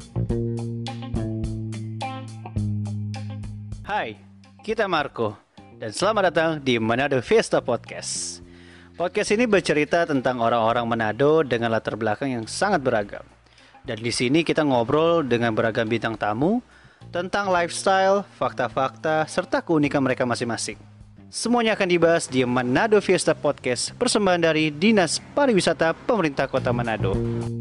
Hai, kita Marco dan selamat datang di Manado Fiesta Podcast. Podcast ini bercerita tentang orang-orang Manado dengan latar belakang yang sangat beragam. Dan di sini kita ngobrol dengan beragam bintang tamu tentang lifestyle, fakta-fakta, serta keunikan mereka masing-masing. Semuanya akan dibahas di Manado Fiesta Podcast, persembahan dari Dinas Pariwisata Pemerintah Kota Manado.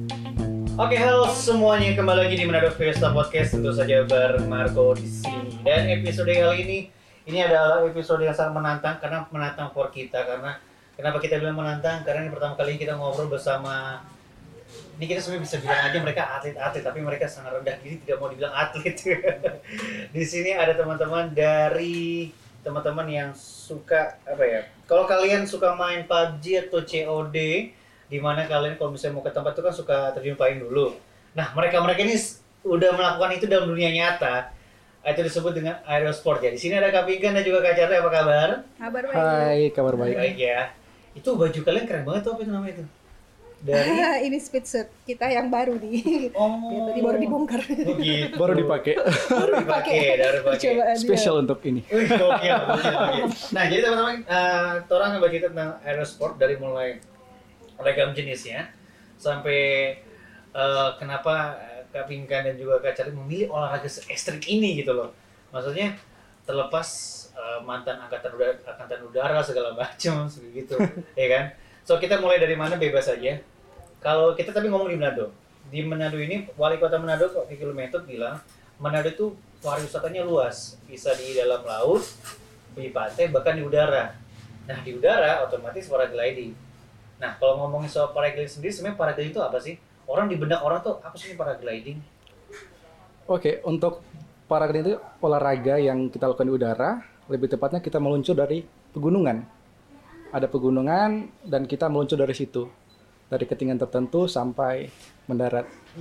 Oke, halo semuanya, kembali lagi di Manado Fiesta Podcast, tentu saja bareng Marco di sini. Dan episode kali ini adalah episode yang sangat menantang, karena menantang for kita. Karena kenapa kita bilang menantang? Karena ini pertama kali kita ngobrol bersama, ini kita sebenarnya bisa bilang aja mereka atlet-atlet, tapi mereka sangat rendah diri, tidak mau dibilang atlet. Di sini ada teman-teman dari teman-teman yang suka apa ya? Kalau kalian suka main PUBG atau COD, di mana kalian kalau misalnya mau ke tempat itu kan suka terjun payung dulu. Nah, mereka ini udah melakukan itu dalam dunia nyata. Itu disebut dengan aerosport ya. Di sini ada Kak Pinkan dan juga Kak Charlie, apa kabar? Kabar baik. Hai, kabar baik. Baik ya. Itu baju kalian keren banget tuh, apa itu namanya itu? Dari ini speedsuit kita yang baru nih. Tadi baru dibongkar. Oh gitu. Baru dipakai. Baru dipakai. Cobaan Spesial untuk ini. Wih, gokil. Nah, jadi teman-teman, orang yang bercerita tentang aerosport dari mulai ragam jenisnya sampai kenapa Kak Pinkan dan juga Kak Charlie memilih olahraga ekstrim ini gitu loh. Maksudnya terlepas mantan angkatan udara segala macam gitu, ya kan? So kita mulai dari mana bebas aja. Kalau kita tapi ngomong di Manado. Di Manado ini wali kota Manado kok di kilometer bilang Manado itu pariwisatanya luas, bisa di dalam laut, di pantai, bahkan di udara. Nah, di udara otomatis paragliding. Nah, kalau ngomongin soal paragliding sendiri, sebenarnya paragliding itu apa sih? Orang di benak orang tuh, apa sih ini paragliding? Oke, untuk paragliding itu olahraga yang kita lakukan di udara, lebih tepatnya kita meluncur dari pegunungan. Ada pegunungan dan kita meluncur dari situ. Dari ketinggian tertentu sampai mendarat.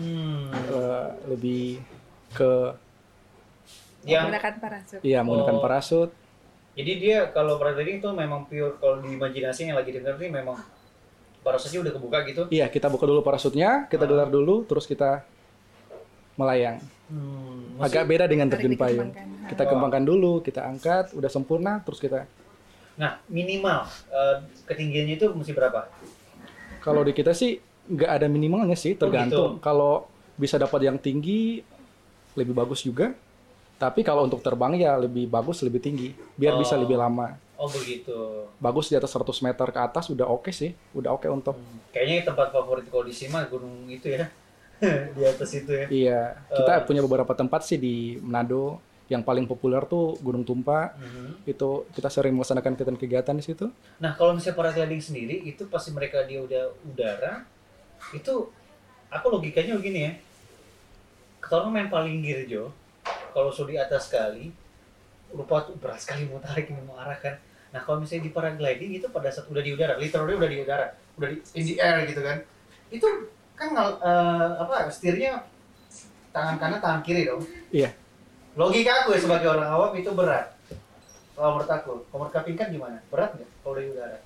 Lebih ke menggunakan parasut. Iya, menggunakan parasut. Jadi dia kalau paragliding itu memang pure, kalau di imajinasi yang lagi dengar ini memang parasutnya udah kebuka gitu? Iya, kita buka dulu parasutnya, kita gelar dulu, terus kita melayang. Agak beda dengan terjun payung. Kita kembangkan dulu, kita angkat, udah sempurna, terus kita. Nah, minimal ketinggiannya itu mesti berapa? Kalau di kita sih nggak ada minimalnya sih, tergantung. Gitu. Kalau bisa dapat yang tinggi, lebih bagus juga. Tapi kalau untuk terbang ya lebih bagus, lebih tinggi, biar bisa lebih lama. Oh begitu. Bagus di atas 100 meter ke atas udah oke sih, udah oke untuk. Kayaknya tempat favorit kalau di sini mah gunung itu ya, di atas itu ya. Iya, kita punya beberapa tempat sih di Manado. Yang paling populer tuh Gunung Tumpa. Itu kita sering melaksanakan kegiatan di situ. Nah, kalau misalnya paragliding sendiri itu pasti mereka dia udah udara, itu aku logikanya begini ya. Kalau main palingir Jo, kalau sudah di atas sekali, rupa tuh berat sekali mau tarik mau arahkan. Nah, kalau misalnya di paragliding itu pada saat udah di udara, literally udah di udara, udah di in the air gitu kan. Itu kan setirnya tangan kanan tangan kiri dong. Iya. Logika aku ya sebagai orang awam itu berat. Kalau menurut aku, kalau menurut Kak Pinkan gimana? Berat nggak kalau di udara?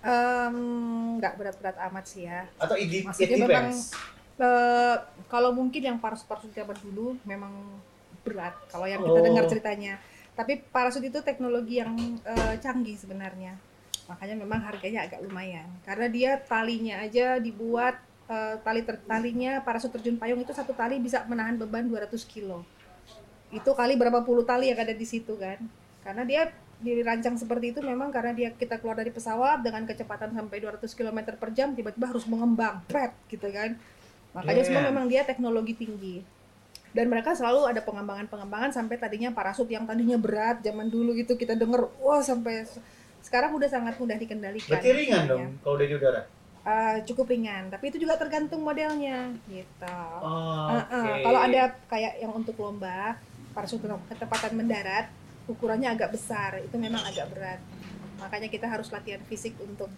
Nggak berat-berat amat sih ya. Atau it Maksudnya memang depends? kalau mungkin yang parasut zaman dulu memang berat kalau yang kita dengar ceritanya. Tapi parasut itu teknologi yang canggih sebenarnya. Makanya memang harganya agak lumayan. Karena dia talinya aja dibuat talinya parasut terjun payung itu satu tali bisa menahan beban 200 kilo. Itu kali berapa puluh tali yang ada di situ kan. Karena dia dirancang seperti itu memang karena kita keluar dari pesawat dengan kecepatan sampai 200 km per jam tiba-tiba harus mengembang, gitu kan. Makanya semua memang dia teknologi tinggi. Dan mereka selalu ada pengembangan sampai tadinya parasut yang tadinya berat zaman dulu gitu kita denger wah sampai sekarang udah sangat mudah dikendalikan. Berarti ringan dong kalau di udara? Cukup ringan, tapi itu juga tergantung modelnya gitu. Okay. Kalau ada kayak yang untuk lomba parasut ketepatan mendarat ukurannya agak besar, itu memang agak berat. Makanya kita harus latihan fisik untuk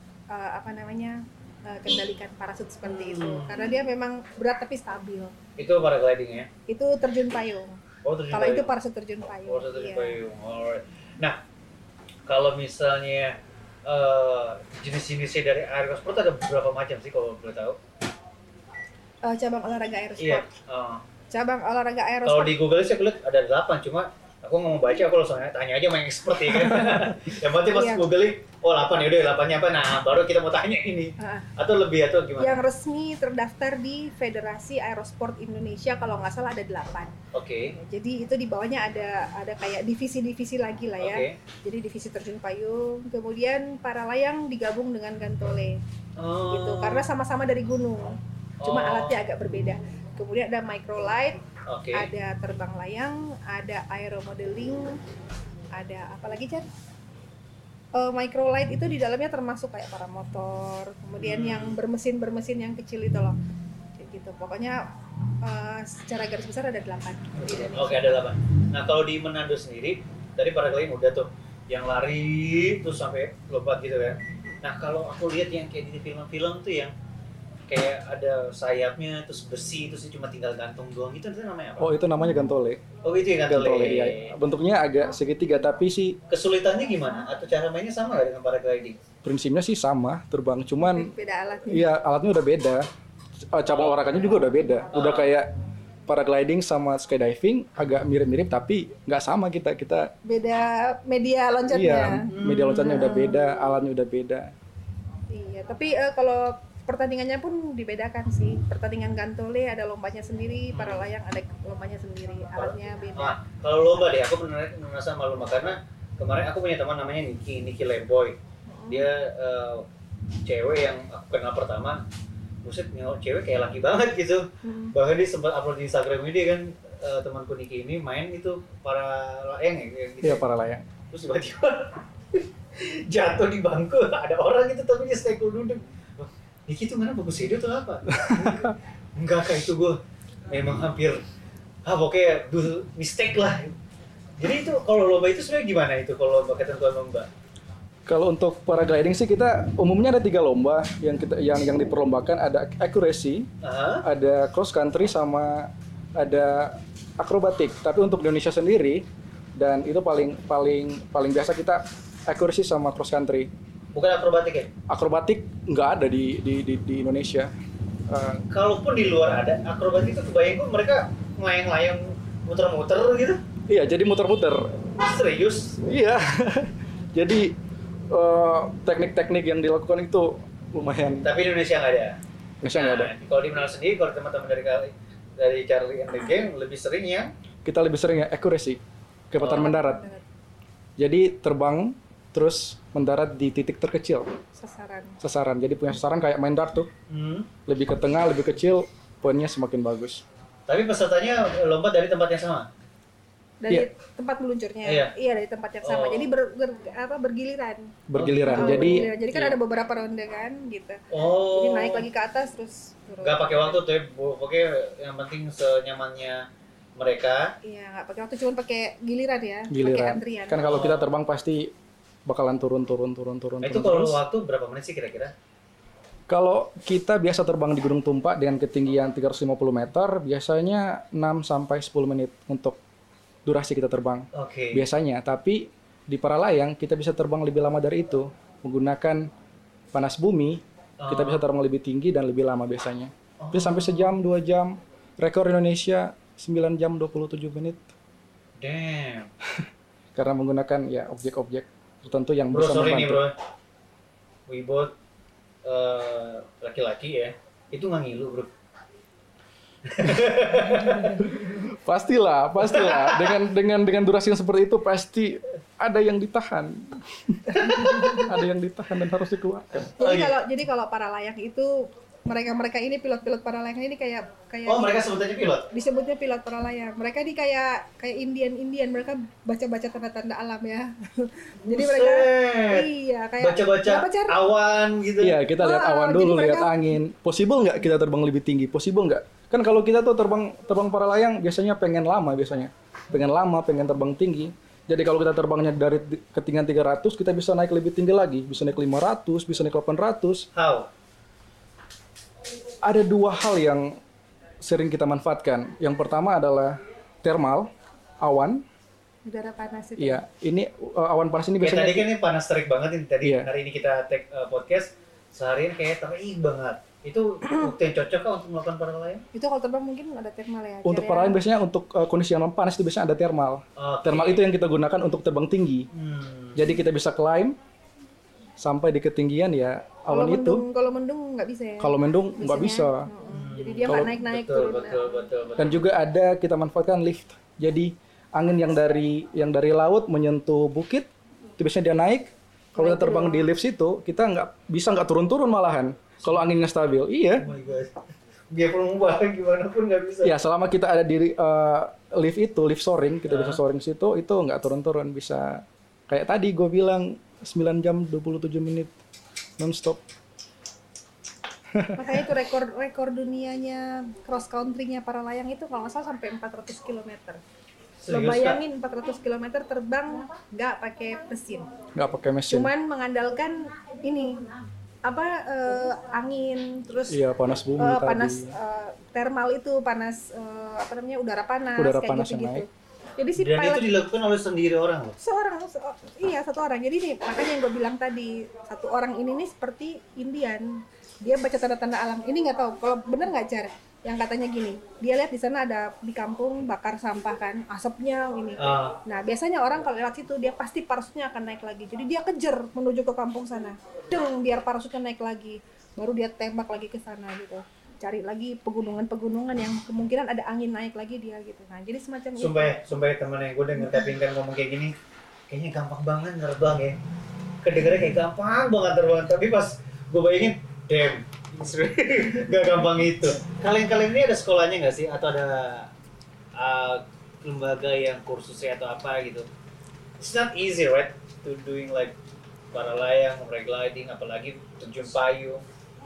kendalikan parasut seperti itu. Karena dia memang berat tapi stabil. Itu paragliding ya? Itu terjun payung. Oh, terjun kalau payung. itu parasut terjun payung. Parasut terjun payung. Alright. Nah, kalau misalnya jenis-jenisnya dari aerosport ada beberapa macam sih kalau boleh tahu? Cabang olahraga aerosport. Iya. cabang olahraga Kalau aerosport. di Google sih aku lihat ada 8, cuma aku nggak mau baca, aku langsung tanya aja sama yang expert ya kan. Yang penting pas Iya. Google, oh 8 ya udah 8-nya apa? Nah, baru kita mau tanya ini. Ah. Atau lebih atau gimana? Yang resmi terdaftar di Federasi Aerosport Indonesia, kalau nggak salah ada 8. Oke. Jadi itu di bawahnya ada kayak divisi-divisi lagi lah ya. Oke. Jadi divisi terjun payung, kemudian para layang digabung dengan gantole Oh. gitu. Karena sama-sama dari gunung. Cuma Oh. alatnya agak berbeda. Kemudian ada microlight, Oke. ada terbang layang, ada aeromodeling, ada apa lagi, Chan? Microlight itu di dalamnya termasuk kayak paramotor, kemudian yang bermesin yang kecil itu loh. Kayak gitu. Pokoknya secara garis besar ada 8 di Indonesia. Oke, ada 8. Nah, kalau di Manado sendiri, tadi paragliding udah tuh yang lari terus sampai lompat gitu kan. Nah, kalau aku lihat yang kayak di film-film tuh yang kayak ada sayapnya terus besi terus cuma tinggal gantung doang, itu namanya apa? Oh, itu namanya gantole. Oh, itu ya Gantole, gantole. iya. Bentuknya agak segitiga, tapi sih Kesulitannya gimana? Atau cara mainnya sama nggak dengan paragliding? prinsipnya sih sama, terbang. Cuman Beda alatnya. iya, alatnya udah beda. Cabang olahraganya juga udah beda. Udah kayak paragliding sama skydiving agak mirip-mirip, tapi nggak sama kita. Beda media loncatnya. Iya, media loncatnya udah beda, alatnya udah beda. Iya, tapi kalau pertandingannya pun dibedakan sih. Pertandingan gantole ada lombanya sendiri, para layang ada lombanya sendiri, alatnya beda. Nah, kalau lomba deh, aku pernah sama lomba karena kemarin aku punya teman namanya Niki Lemboy. Dia cewek yang aku kenal pertama. Buset, cewek kayak laki banget gitu. Bahkan dia sempat upload di Instagram ini kan, temanku Niki ini main itu para layang ya gitu. Iya, para layang. Terus tiba-tiba jatuh di bangku, ada orang gitu tapi dia stay cool duduk. Wah, Niki tuh mana bagus ide atau apa? Enggak, kayak itu gue memang hampir pokoknya do mistake lah. Jadi itu kalau lomba itu sebenarnya gimana itu kalau lomba, ketentuan lomba? Kalau untuk paragliding sih kita umumnya ada 3 lomba yang diperlombakan, ada accuracy, Aha. ada cross country, sama ada akrobatik. Tapi untuk Indonesia sendiri, dan itu paling biasa kita accuracy sama cross country. Bukan akrobatik ya? Akrobatik nggak ada di Indonesia. Kalaupun di luar ada akrobatik itu, kebayang gue mereka melayang-layang muter-muter gitu. Iya, jadi muter-muter. Serius? Iya. Jadi teknik-teknik yang dilakukan itu lumayan. Tapi di Indonesia nggak ada. Indonesia nggak ada. Nah, kalau di Manado sendiri, kalau teman-teman dari Charlie and the Gang lebih sering yang Kita lebih sering ya accuracy, kecepatan Oh. mendarat. Jadi terbang terus mendarat di titik terkecil, sasaran. Jadi punya sasaran kayak main dart tuh. Lebih ke tengah, lebih kecil, poinnya semakin bagus. Tapi pesertanya lompat dari tempat yang sama. Dari Iya. tempat meluncurnya. Iya. Iya, dari tempat yang sama. Oh. Jadi bergiliran. Bergiliran. Oh, Jadi bergiliran. Jadi kan ada beberapa ronde kan gitu. Oh. Jadi naik lagi ke atas terus turun. Nggak pakai waktu tuh ya, pokoknya yang penting senyamannya mereka. Iya, nggak pakai waktu, cuma pakai giliran ya. Pakai giliran. antrian. Kan kalau kita terbang pasti bakalan turun. Nah, itu kalau terus. waktu berapa menit sih kira-kira? Kalau kita biasa terbang di Gunung Tumpak dengan ketinggian 350 meter, biasanya 6 sampai 10 menit untuk durasi kita terbang. Oke. Biasanya, tapi di para layang kita bisa terbang lebih lama dari itu menggunakan panas bumi. Kita bisa terbang lebih tinggi dan lebih lama biasanya. Bisa sampai sejam, 2 jam. Rekor Indonesia 9 jam 27 menit. Damn. Karena menggunakan ya objek-objek tertentu yang Bro, bisa sorry nih membantu. bro. We both laki-laki ya. Itu nggak ngilu bro. Pastilah. Dengan durasi yang seperti itu pasti ada yang ditahan. Ada yang ditahan dan harus dikeluarkan. Jadi kalau para layang itu mereka ini pilot para layang ini kayak Oh, mereka sebutannya pilot? disebutnya pilot para layang. Mereka ini kayak Indian, mereka baca-baca tanda-tanda alam ya. Jadi mereka iya kayak baca-baca awan gitu. Iya, kita lihat awan dulu, lihat angin. Possible nggak kita terbang lebih tinggi? Possible nggak? Kan kalau kita tuh terbang para layang biasanya pengen terbang tinggi. Jadi kalau kita terbangnya dari ketinggian 300, kita bisa naik lebih tinggi lagi, bisa naik 500, bisa naik 800. How? Ada 2 hal yang sering kita manfaatkan. Yang pertama adalah thermal, awan. udara panas itu. Iya, ini awan panas ini Kayak biasanya tadi kan ini panas terik banget ini. Tadi Iya. hari ini kita take podcast seharian kayak terik banget. Itu waktu yang cocok kah untuk melakukan para layang? Itu kalau terbang mungkin ada thermal ya. Untuk para layang biasanya untuk kondisi yang panas itu biasanya ada thermal. Oke. Thermal itu yang kita gunakan untuk terbang tinggi. Jadi kita bisa climb sampai di ketinggian ya awan itu. Kalau mendung nggak bisa ya. Kalau mendung nggak bisa. Jadi dia nggak naik-naik turun. Betul. Dan juga ada kita manfaatkan lift. Jadi angin yang dari laut menyentuh bukit itu biasanya dia naik. Kalau kita terbang di lift situ kita nggak turun-turun malahan. Kalau anginnya stabil, iya. Oh my god. Biar mengubah gimana pun nggak bisa. Ya selama kita ada di lift soaring, kita bisa soaring situ, itu nggak turun-turun, bisa kayak tadi gue bilang 9 jam 27 menit non-stop. Makanya itu rekor dunianya cross country-nya para layang itu kalau nggak salah sampai 400 km. Lo bayangin 400 km terbang nggak pakai mesin. Nggak pakai mesin. Cuman mengandalkan ini angin, terus iya, panas bumi panas thermal itu, panas udara panas kayak panas gitu. yang naik. Jadi si Dan pilot itu dilakukan oleh sendiri orang loh. satu orang. Jadi nih makanya yang gue bilang tadi, satu orang ini nih seperti Indian. Dia baca tanda-tanda alam. Ini nggak tahu kalau bener nggak Jar. Yang katanya gini, dia lihat di sana ada di kampung bakar sampah kan, asapnya ini. Nah biasanya orang kalau lewat situ dia pasti parasutnya akan naik lagi. Jadi dia kejar menuju ke kampung sana, biar parasutnya naik lagi, baru dia tembak lagi ke sana gitu. Cari lagi pegunungan yang kemungkinan ada angin naik lagi dia gitu. Nah jadi semacam itu. Sumpah ya temen yang gue denger tapi kan ngomong kayak gini, kayaknya gampang banget nerbang ya. Kedengerannya kayak gampang banget terbang, tapi pas gue bayangin, damn. Gak gampang itu. Kalian ini ada sekolahnya nggak sih? Atau ada lembaga yang kursusnya atau apa gitu? It's not easy, right? To doing like para layang, paragliding, apalagi terjun payung.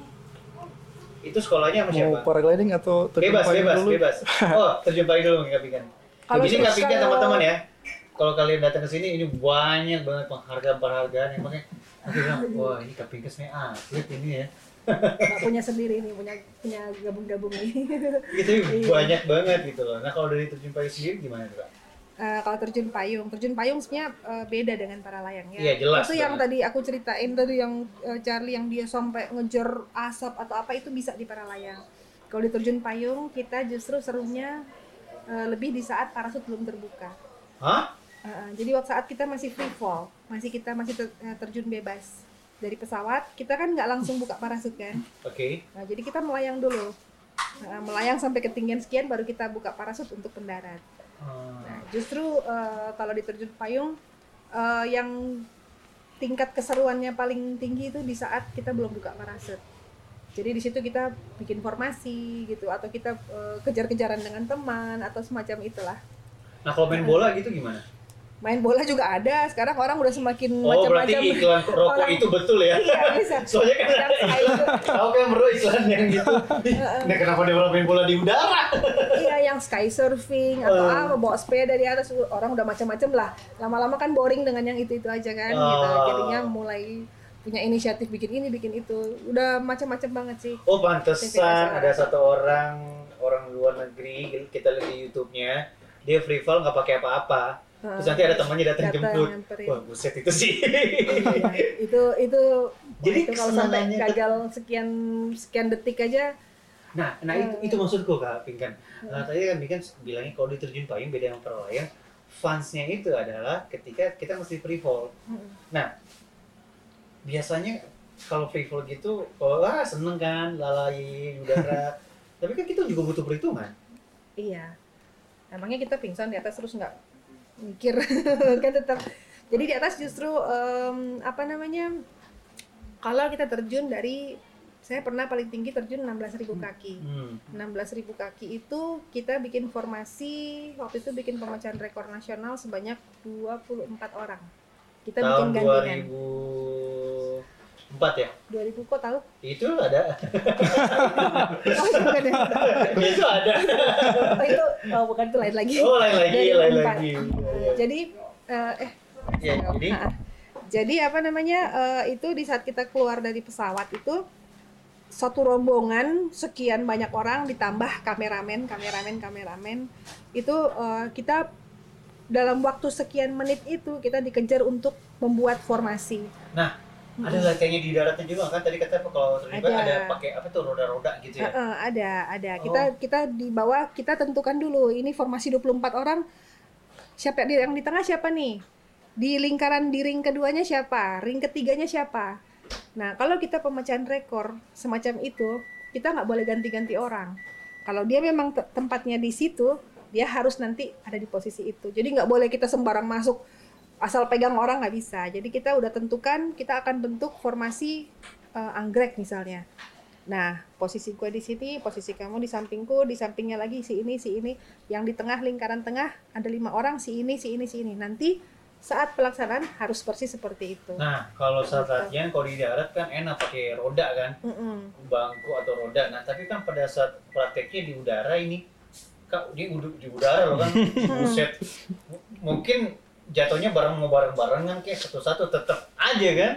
Itu sekolahnya sama siapa? Mau paragliding atau terjun payung dulu? Bebas. Oh, terjun payung dulu Kak Pinkan. Jadi Kak Pinkan teman-teman ya. Kalau kalian datang ke sini ini banyak banget penghargaan yang makanya aku bilang, wah ini Kak Pinkan sebenarnya atlet ini ya. Nggak punya sendiri nih, punya gabung-gabung nih. Gitu banyak banget gitu loh. Nah kalau dari terjun payung sendiri gimana tuh Kak? Kalau terjun payung sebenarnya beda dengan para layang ya. Iya jelas. Itu yang tadi aku ceritain tadi yang Charlie yang dia sampai ngejar asap atau apa itu bisa di para layang. Kalau di terjun payung kita justru serunya lebih di saat parasut belum terbuka. Hah? Jadi waktu saat kita masih free fall, masih terjun bebas. Dari pesawat, kita kan nggak langsung buka parasut kan. Oke. Nah, jadi kita melayang dulu. Melayang sampai ketinggian sekian baru kita buka parasut untuk pendarat. Nah, justru kalau di terjun payung yang tingkat keseruannya paling tinggi itu di saat kita belum buka parasut. Jadi di situ kita bikin formasi gitu atau kita kejar-kejaran dengan teman atau semacam itulah. Nah, kalau main bola gitu gimana? Main bola juga ada. Sekarang orang udah semakin Oh, macam-macam. berarti iklan rokok itu betul ya? Iya, bisa. Soalnya kan tahu kan bro iklan yang gitu. Nah, kenapa dia main bola di udara? Iya, yang sky surfing atau apa bawa sepeda di atas, orang udah macam-macam lah. Lama-lama kan boring dengan yang itu aja kan gitu. Jadinya mulai punya inisiatif bikin ini, bikin itu. Udah macam-macam banget sih. Oh, pantesan ada satu orang luar negeri, kita lihat di YouTube-nya, dia free fall nggak pakai apa-apa. Terus nanti ada temannya datang jemput. Wah, buset itu sih. Iya, itu jadi kalau sampai gagal sekian detik aja. Nah itu maksudku Kak Pinkan. Tadi kan Pinkan bilangnya kalau di terjun payung beda dengan para layang, funsnya itu adalah ketika kita mesti free fall. Nah, biasanya kalau free fall gitu, seneng kan, lalai udara. Tapi kan kita juga butuh perhitungan. Iya. Emangnya kita pingsan di atas terus nggak mikir kan tetap. Jadi di atas justru kalau kita terjun dari, saya pernah paling tinggi terjun 16.000 kaki. 16.000 kaki itu kita bikin formasi, waktu itu bikin pemecahan rekor nasional sebanyak 24 orang. Kita bikin gandengan. 2004 ya? 2000 kok tahu? Itu ada. Oh, itu bukan ya? Itu ada. Bukan, itu lain lagi. Oh, lain lagi. Jadi jadi itu di saat kita keluar dari pesawat itu satu rombongan sekian banyak orang ditambah kameramen itu kita dalam waktu sekian menit itu kita dikejar untuk membuat formasi. Nah, Ada latihannya di daratnya juga kan? Tadi kata kalau terlibat ada pakai apa tuh roda-roda gitu ya? Ada. Kita di bawah kita tentukan dulu ini formasi 24 orang. Siapa yang di tengah siapa nih? Di lingkaran di ring keduanya siapa? Ring ketiganya siapa? Nah, kalau kita pemecahan rekor semacam itu, kita nggak boleh ganti-ganti orang. Kalau dia memang tempatnya di situ, dia harus nanti ada di posisi itu. Jadi nggak boleh kita sembarang masuk asal pegang orang, nggak bisa. Jadi kita udah tentukan kita akan bentuk formasi anggrek misalnya. Nah, posisi gue di sini, posisi kamu di sampingku, di sampingnya lagi si ini. Yang di tengah lingkaran tengah ada 5 orang, si ini. Nanti saat pelaksanaan harus persis seperti itu. Nah, kalau saat latihan kalau di darat kan enak pakai roda kan, bangku atau roda. Nah, tapi kan pada saat prakteknya di udara ini, kak di udara loh kan, buset. Mungkin jatuhnya bareng kan kayak satu-satu tetap aja kan.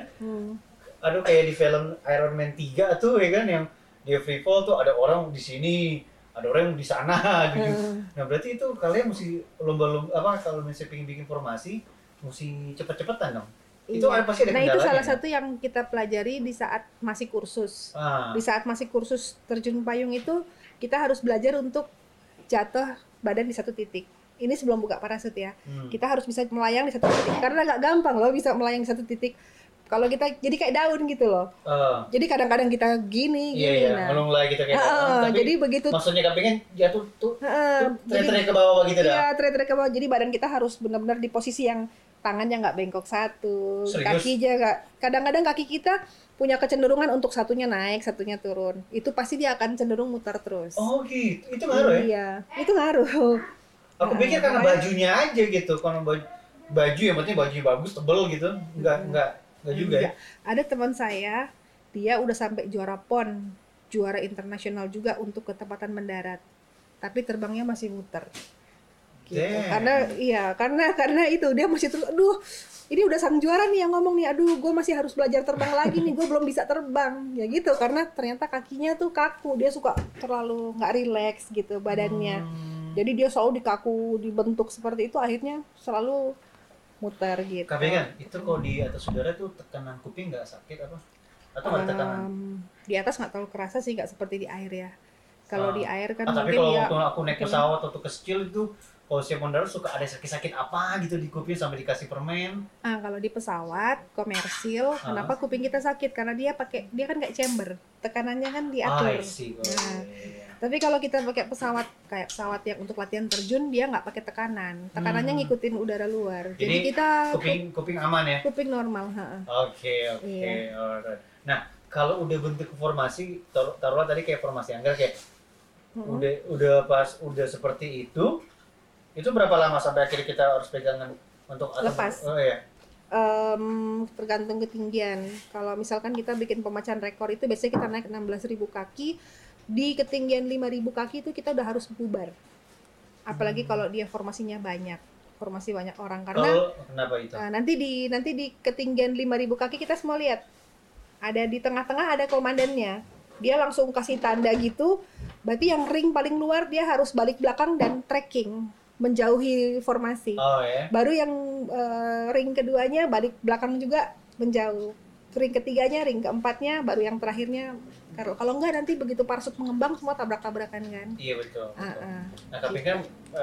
Aduh kayak di film Iron Man 3 tuh ya kan yang dia free fall tuh ada orang di sini, ada orang di sana gitu. Nah, berarti itu kalian mesti lomba-lomba apa kalau misalnya pengen bikin formasi mesti cepet-cepetan dong. Iya. Itu pasti ada kendalanya. Nah, itu salah satu yang kita pelajari di saat masih kursus. Di saat masih kursus terjun payung itu kita harus belajar untuk jatuh badan di satu titik. Ini sebelum buka parasut ya. Kita harus bisa melayang di satu titik karena nggak gampang loh bisa melayang di satu titik. Kalau kita jadi kayak daun gitu loh. Jadi kadang-kadang kita gini. Nah. Melulai gitu kayak daun. Jadi begitu. Maksudnya pengen jatuh tuh trek ke bawah gitu dah. Iya, trek ke bawah. Jadi badan kita harus benar-benar di posisi yang tangannya nggak bengkok satu, kakinya nggak. Kadang-kadang kaki kita punya kecenderungan untuk satunya naik, satunya turun. Itu pasti dia akan cenderung muter terus. Oh gitu, itu ngaruh ya? Iya, itu ngaruh. Aku pikir karena bajunya aja gitu, karena baju yang penting baju bagus, tebel gitu, enggak juga ya. Ada teman saya, dia udah sampai juara PON, juara internasional juga untuk ketepatan mendarat, tapi terbangnya masih muter. Gitu. Karena itu dia masih terus, aduh, ini udah sang juara nih yang ngomong nih, aduh, gue masih harus belajar terbang lagi nih, gue belum bisa terbang, ya gitu, karena ternyata kakinya tuh kaku, dia suka terlalu nggak rileks gitu badannya, jadi dia selalu dibentuk seperti itu, akhirnya selalu muter gitu. Tapi kan itu kalau di atas udara tuh tekanan kuping nggak sakit apa? Atau nggak tekanan? Di atas nggak terlalu kerasa sih, nggak seperti di air ya. Kalau di air kan tapi mungkin kalau aku naik pesawat atau kecil itu kalau siap mendarat suka ada sakit-sakit apa gitu di kuping sampai dikasih permen. Kalau di pesawat komersil, kenapa kuping kita sakit? Karena dia kan kayak chamber, tekanannya kan diatur. Tapi kalau kita pakai pesawat kayak pesawat yang untuk latihan terjun, dia nggak pakai tekanan. Tekanannya ngikutin udara luar. Jadi kita kuping aman ya? Kuping normal. Oke. Alright. Nah, kalau udah bentuk formasi, taruhlah tadi kayak formasi anggrek kayak udah seperti itu berapa lama sampai akhirnya kita harus pegangan untuk lepas? Oh iya. Tergantung ketinggian. Kalau misalkan kita bikin pemecahan rekor itu biasanya kita naik 16.000 kaki, di ketinggian 5.000 kaki itu kita udah harus bubar. Apalagi kalau dia formasi banyak orang karena kenapa itu? Nanti di ketinggian 5.000 kaki kita semua lihat. Ada di tengah-tengah ada komandannya. Dia langsung kasih tanda gitu. Berarti yang ring paling luar dia harus balik belakang dan tracking, menjauhi formasi. Baru yang ring keduanya balik belakang juga menjauh. Ring ketiganya, ring keempatnya, baru yang terakhirnya. Kalau enggak nanti begitu parasut mengembang semua tabrak-tabrakan kan. Iya betul. Nah tapi kan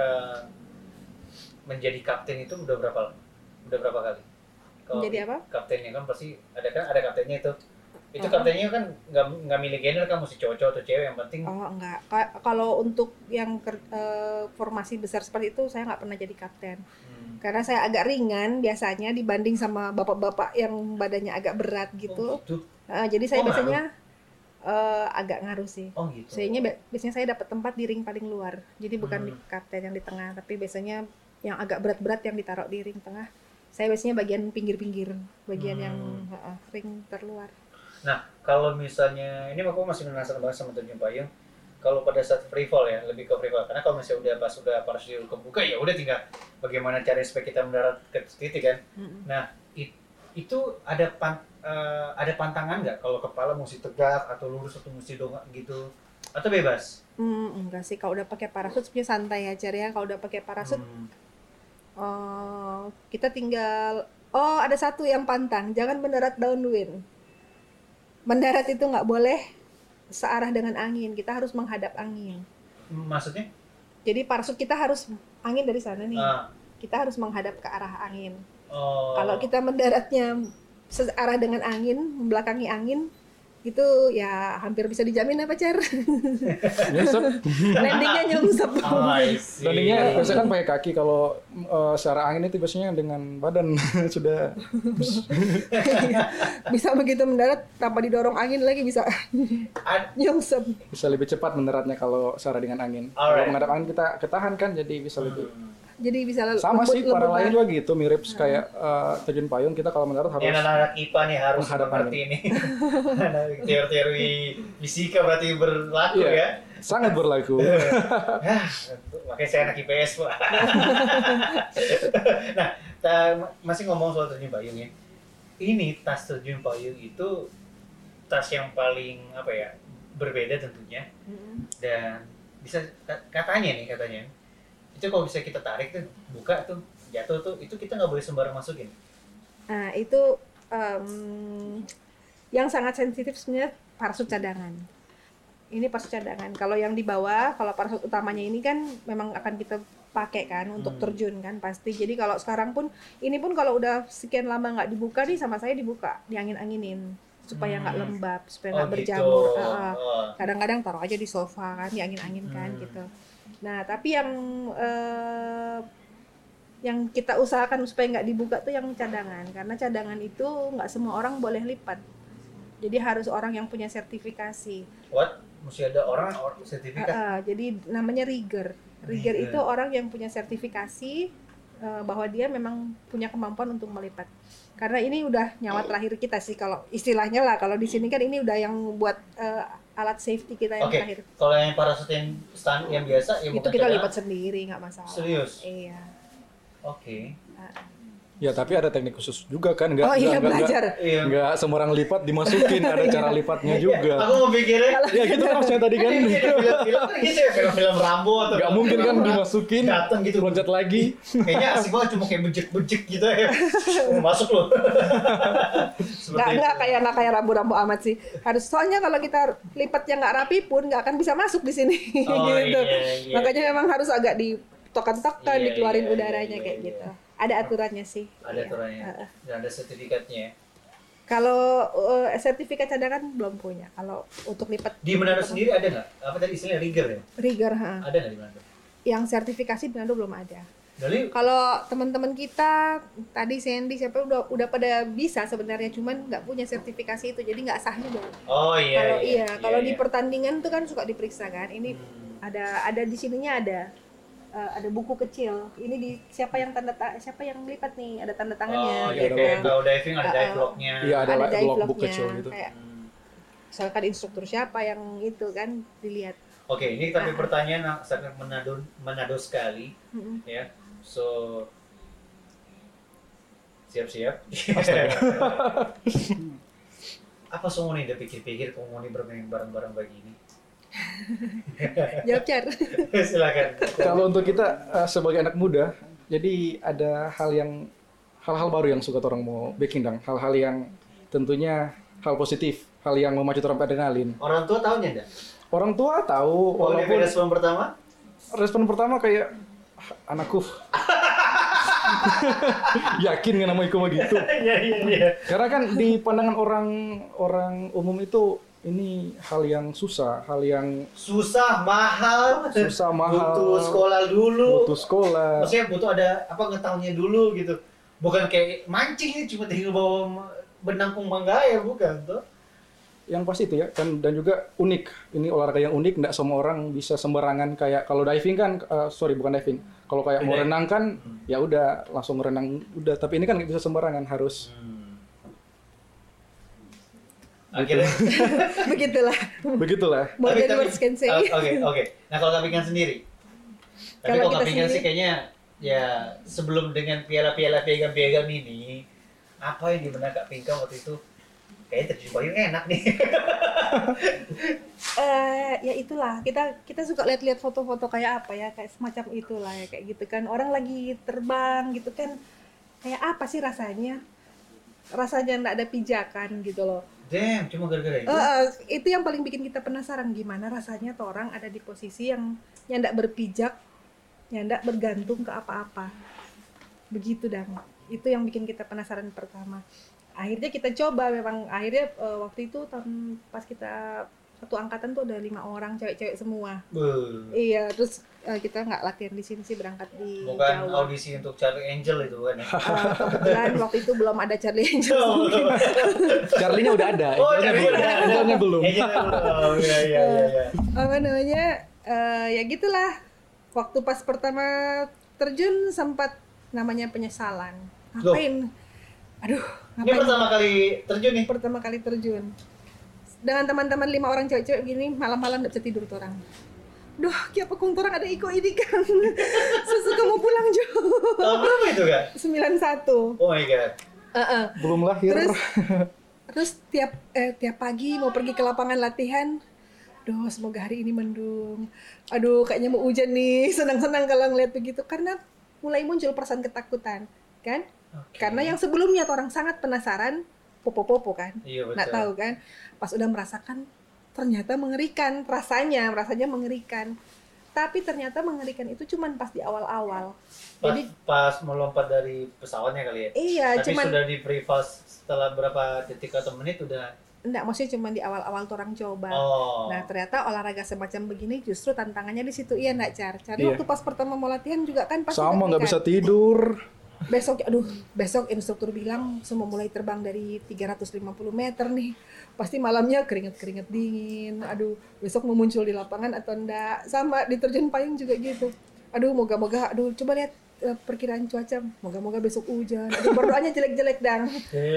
menjadi kapten itu udah berapa kali? Menjadi apa? Kaptennya kan pasti ada kaptennya itu. Itu kaptennya kan nggak milih gender kan, mesti cowok atau cewek yang penting. Enggak. Kalau untuk yang formasi besar seperti itu saya nggak pernah jadi kapten. Karena saya agak ringan biasanya dibanding sama bapak-bapak yang badannya agak berat gitu. Jadi saya biasanya agak ngaruh sih. Gitu. Biasanya saya dapat tempat di ring paling luar. Jadi bukan di kapten yang di tengah, tapi biasanya yang agak berat-berat yang ditaruh di ring tengah. Saya biasanya bagian pinggir-pinggir, bagian yang ring terluar. Nah, kalau misalnya ini aku masih penasaran banget sama terjun payung. Kalau pada saat free fall ya, lebih ke free fall. Karena kalau misalnya udah parasut kebuka ya udah tinggal bagaimana cara supaya kita mendarat ke titik kan. Nah, itu ada pantangan nggak kalau kepala mesti tegak atau lurus atau mesti dongak gitu atau bebas? Enggak sih, kalau udah pakai parasut sebenarnya santai aja ya. Kalau udah pakai parasut kita tinggal Oh, ada satu yang pantang, jangan mendarat downwind. Mendarat itu nggak boleh searah dengan angin, kita harus menghadap angin. Maksudnya? Jadi parasut kita harus angin dari sana nih, Ah. kita harus menghadap ke arah angin. Oh. Kalau kita mendaratnya searah dengan angin, membelakangi angin, itu ya hampir bisa dijamin apa Cer? Nyungsep. Landingnya nyungsep. Oh, I see. Landingnya biasanya kan pakai kaki, kalau secara angin itu biasanya dengan badan sudah. Bisa begitu mendarat tanpa didorong angin lagi bisa nyungsep. Bisa lebih cepat mendaratnya kalau secara dengan angin. Alright. Kalau menghadap angin kita ketahan kan, jadi bisa lebih. Jadi bisa Sama sih, para lembut. lain juga gitu, mirip kayak terjun payung, kita kalau mendarat harus. Ini anak-anak IPA nih harus menghadap mengerti ini. Teori-teori fisika berarti berlaku Iya, ya. sangat berlaku. Hah, makanya saya anak IPS, Pak. Nah, masih ngomong soal terjun payung ya. Ini tas terjun payung itu tas yang paling apa ya, berbeda tentunya. Dan bisa katanya itu kalau bisa kita tarik tuh, buka tuh, jatuh tuh, itu kita nggak boleh sembarang masukin. Nah, itu yang sangat sensitif sebenarnya parasut cadangan. Ini parasut cadangan. Kalau yang di bawah, kalau parasut utamanya ini kan memang akan kita pakai kan untuk terjun kan pasti. Jadi kalau sekarang pun, ini pun kalau udah sekian lama nggak dibuka nih, sama saya dibuka, diangin-anginin supaya nggak lembab, supaya nggak berjamur. Gitu. Kadang-kadang taruh aja di sofa kan, diangin-angin kan gitu. Nah, tapi yang kita usahakan supaya nggak dibuka tuh yang cadangan, karena cadangan itu nggak semua orang boleh lipat. Jadi harus orang yang punya sertifikasi. What? Mesti ada orang sertifikat? Jadi namanya rigger. Rigger itu orang yang punya sertifikasi bahwa dia memang punya kemampuan untuk melipat. Karena ini udah nyawa terakhir kita sih kalau istilahnya lah. Kalau di sini kan ini udah yang buat alat safety kita yang terakhir. Kalau yang parasut yang biasa, yang Itu kita lipat sendiri, nggak masalah. Serius? Iya. Oke. Ya, tapi ada teknik khusus juga kan, Belajar. nggak semua orang lipat dimasukin, ada cara lipatnya juga. Aku mau pikirnya, Ya gitu kan maksudnya tadi kan. film-film kan gitu ya, film-film Rambo atau Nggak mungkin kan dimasukin, datang gitu, loncat lagi. kayaknya asik banget, cuma kayak bejek-bejek gitu ya. Masuk loh. Nggak kayak rambu-rambu amat sih. Harus, soalnya kalau kita lipatnya nggak rapi pun nggak akan bisa masuk di sini. Oh, gitu. iya. Makanya memang harus agak ditekan-tekan, Iya, dikeluarin iya, udaranya iya, kayak iya. gitu. Ada aturannya sih. Ada Iya. aturannya, dan ada sertifikatnya. Kalau sertifikat cadangan belum punya. Kalau untuk lipat Di Manado sendiri ada nggak? Apa tadi istilahnya rigger ya? rigger, Ada nggak di Manado? yang sertifikasi di Manado belum ada. Dari Kalau teman-teman kita tadi Sandy siapa udah pada bisa sebenarnya, cuman nggak punya sertifikasi itu, jadi nggak sah juga. oh iya. Kalau di pertandingan tuh kan suka diperiksa kan. Ini ada di sininya ada buku kecil. Ini di siapa yang melipat nih, ada tanda tangannya. Oh iya, gitu. kayak kalau diving ada dive lognya. Iya, ada Ada dive logbook lognya. kecil gitu. Kayak misalkan instruktur siapa yang itu kan dilihat. Oke, ini tapi pertanyaan sangat Manado sekali, ya. So siap-siap. Apa semua nih udah pikir-pikir kamu mau nih bermain bareng-bareng begini? Jawab Car. Silakan. Kalau untuk kita sebagai anak muda, jadi ada hal-hal baru yang suka orang mau bikin, dong. Hal-hal yang tentunya hal positif, hal yang memacu orang adrenalin. Orang tua tahunya enggak? Orang tua tahu, Oh, walaupun respon pertama? respon pertama kayak anakku yakin nggak nama iku begitu. Iya. Karena kan di pandangan orang umum itu ini hal yang susah, Susah, mahal. Butuh sekolah dulu. butuh sekolah. Maksudnya butuh ada apa ngetahunya dulu gitu. Bukan kayak mancing nih cuma tinggal bawa benang kumbang ya, bukan tuh. Yang pasti itu ya, kan, dan juga unik. Ini olahraga yang unik, nggak semua orang bisa sembarangan kayak kalau diving kan, bukan diving. Kalau kayak mau renang kan, ya udah langsung renang udah. Tapi ini kan nggak bisa sembarangan, harus. Akhirnya. Begitulah. More than words can say. Oke. Nah kalau Kapingan sendiri, tapi Kalau kalau kita Kapingan sih sendiri- kayaknya ya sebelum dengan piala-piala piagam-piagam ini, apa yang di benak Kak Pinka waktu itu? Kayaknya terjun payung enak nih. Ya itulah, kita suka lihat-lihat foto-foto kayak apa ya, kayak semacam itulah ya, kayak gitu kan, orang lagi terbang gitu kan, kayak apa sih rasanya nggak ada pijakan gitu loh. Damn, cuma gara-gara itu. Itu yang paling bikin kita penasaran, gimana rasanya tuh orang ada di posisi yang nggak berpijak, yang nggak bergantung ke apa-apa. Begitu Dan. Itu yang bikin kita penasaran pertama. Akhirnya kita coba, memang akhirnya waktu itu pas kita satu angkatan tuh ada 5 orang, cewek-cewek semua. Iya, terus kita nggak latihan di sini sih, berangkat di bukan Jawa. audisi untuk Charlie Angel itu kan ya? Kebetulan waktu itu belum ada Charlie Angel. Charlie-nya udah ada, Angelnya belum. Iya. Apa namanya, ya gitulah. Waktu pas pertama terjun sempat namanya penyesalan. Ngapain? Ini pertama kali terjun nih? Pertama kali terjun. Dengan teman-teman 5 orang cewek-cewek gini, malam-malam nggak bisa tidur tuh orang. Duh, kiapa kung orang ada iko ini kan. Susu kamu pulang Jo. Tahun berapa itu Kak? 91. Oh my god. Belum lahir. Terus tiap pagi mau pergi ke lapangan latihan. Duh, semoga hari ini mendung. Aduh, kayaknya mau hujan nih. Senang-senang kalau ngeliat begitu, karena mulai muncul perasaan ketakutan, kan? Okay. Karena yang sebelumnya orang sangat penasaran, popo-popo kan? Iya, betul. Nggak tahu kan? Pas udah merasakan, ternyata mengerikan. Rasanya mengerikan. Tapi ternyata mengerikan itu cuman pas di awal-awal. Jadi pas melompat dari pesawatnya kali ya? Iya, tapi cuman sudah di pre-fast setelah berapa detik atau menit udah. enggak, maksudnya cuma di awal-awal tuh orang coba. Oh. Nah, ternyata olahraga semacam begini justru tantangannya di situ. Iya enggak, Car? Iya. Waktu pas pertama mau latihan juga kan pasti Sama nggak bisa deg-degan. tidur. Besok instruktur bilang semua mulai terbang dari 350 meter nih. Pasti malamnya keringet-keringet dingin. Aduh, besok mau muncul di lapangan atau enggak. Sama di terjun payung juga gitu. Aduh, moga-moga, coba lihat perkiraan cuaca. Moga-moga besok hujan. Aduh, berdoanya jelek-jelek dang.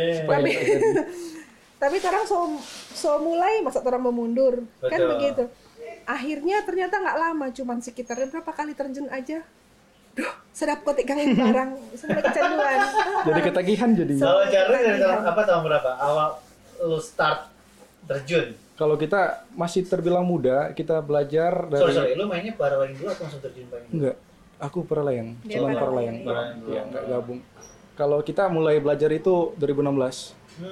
Tapi sekarang so mulai, masa orang mau mundur. Betul. Kan begitu. Akhirnya ternyata nggak lama, cuman sekitar berapa kali terjun aja. Duh, sedap kok tegangin barang, sampai kecanduan. Jadi ketagihan jadi. Kalau Charlie dari tahun berapa? Awal lu start terjun? Kalau kita masih terbilang muda, kita belajar dari. Sorry, lu mainnya paralayang dulu atau langsung terjun payung? Enggak, aku paralayang, Dia cuma paralayang. paralayang. Iya, enggak gabung. Kalau kita mulai belajar itu 2016.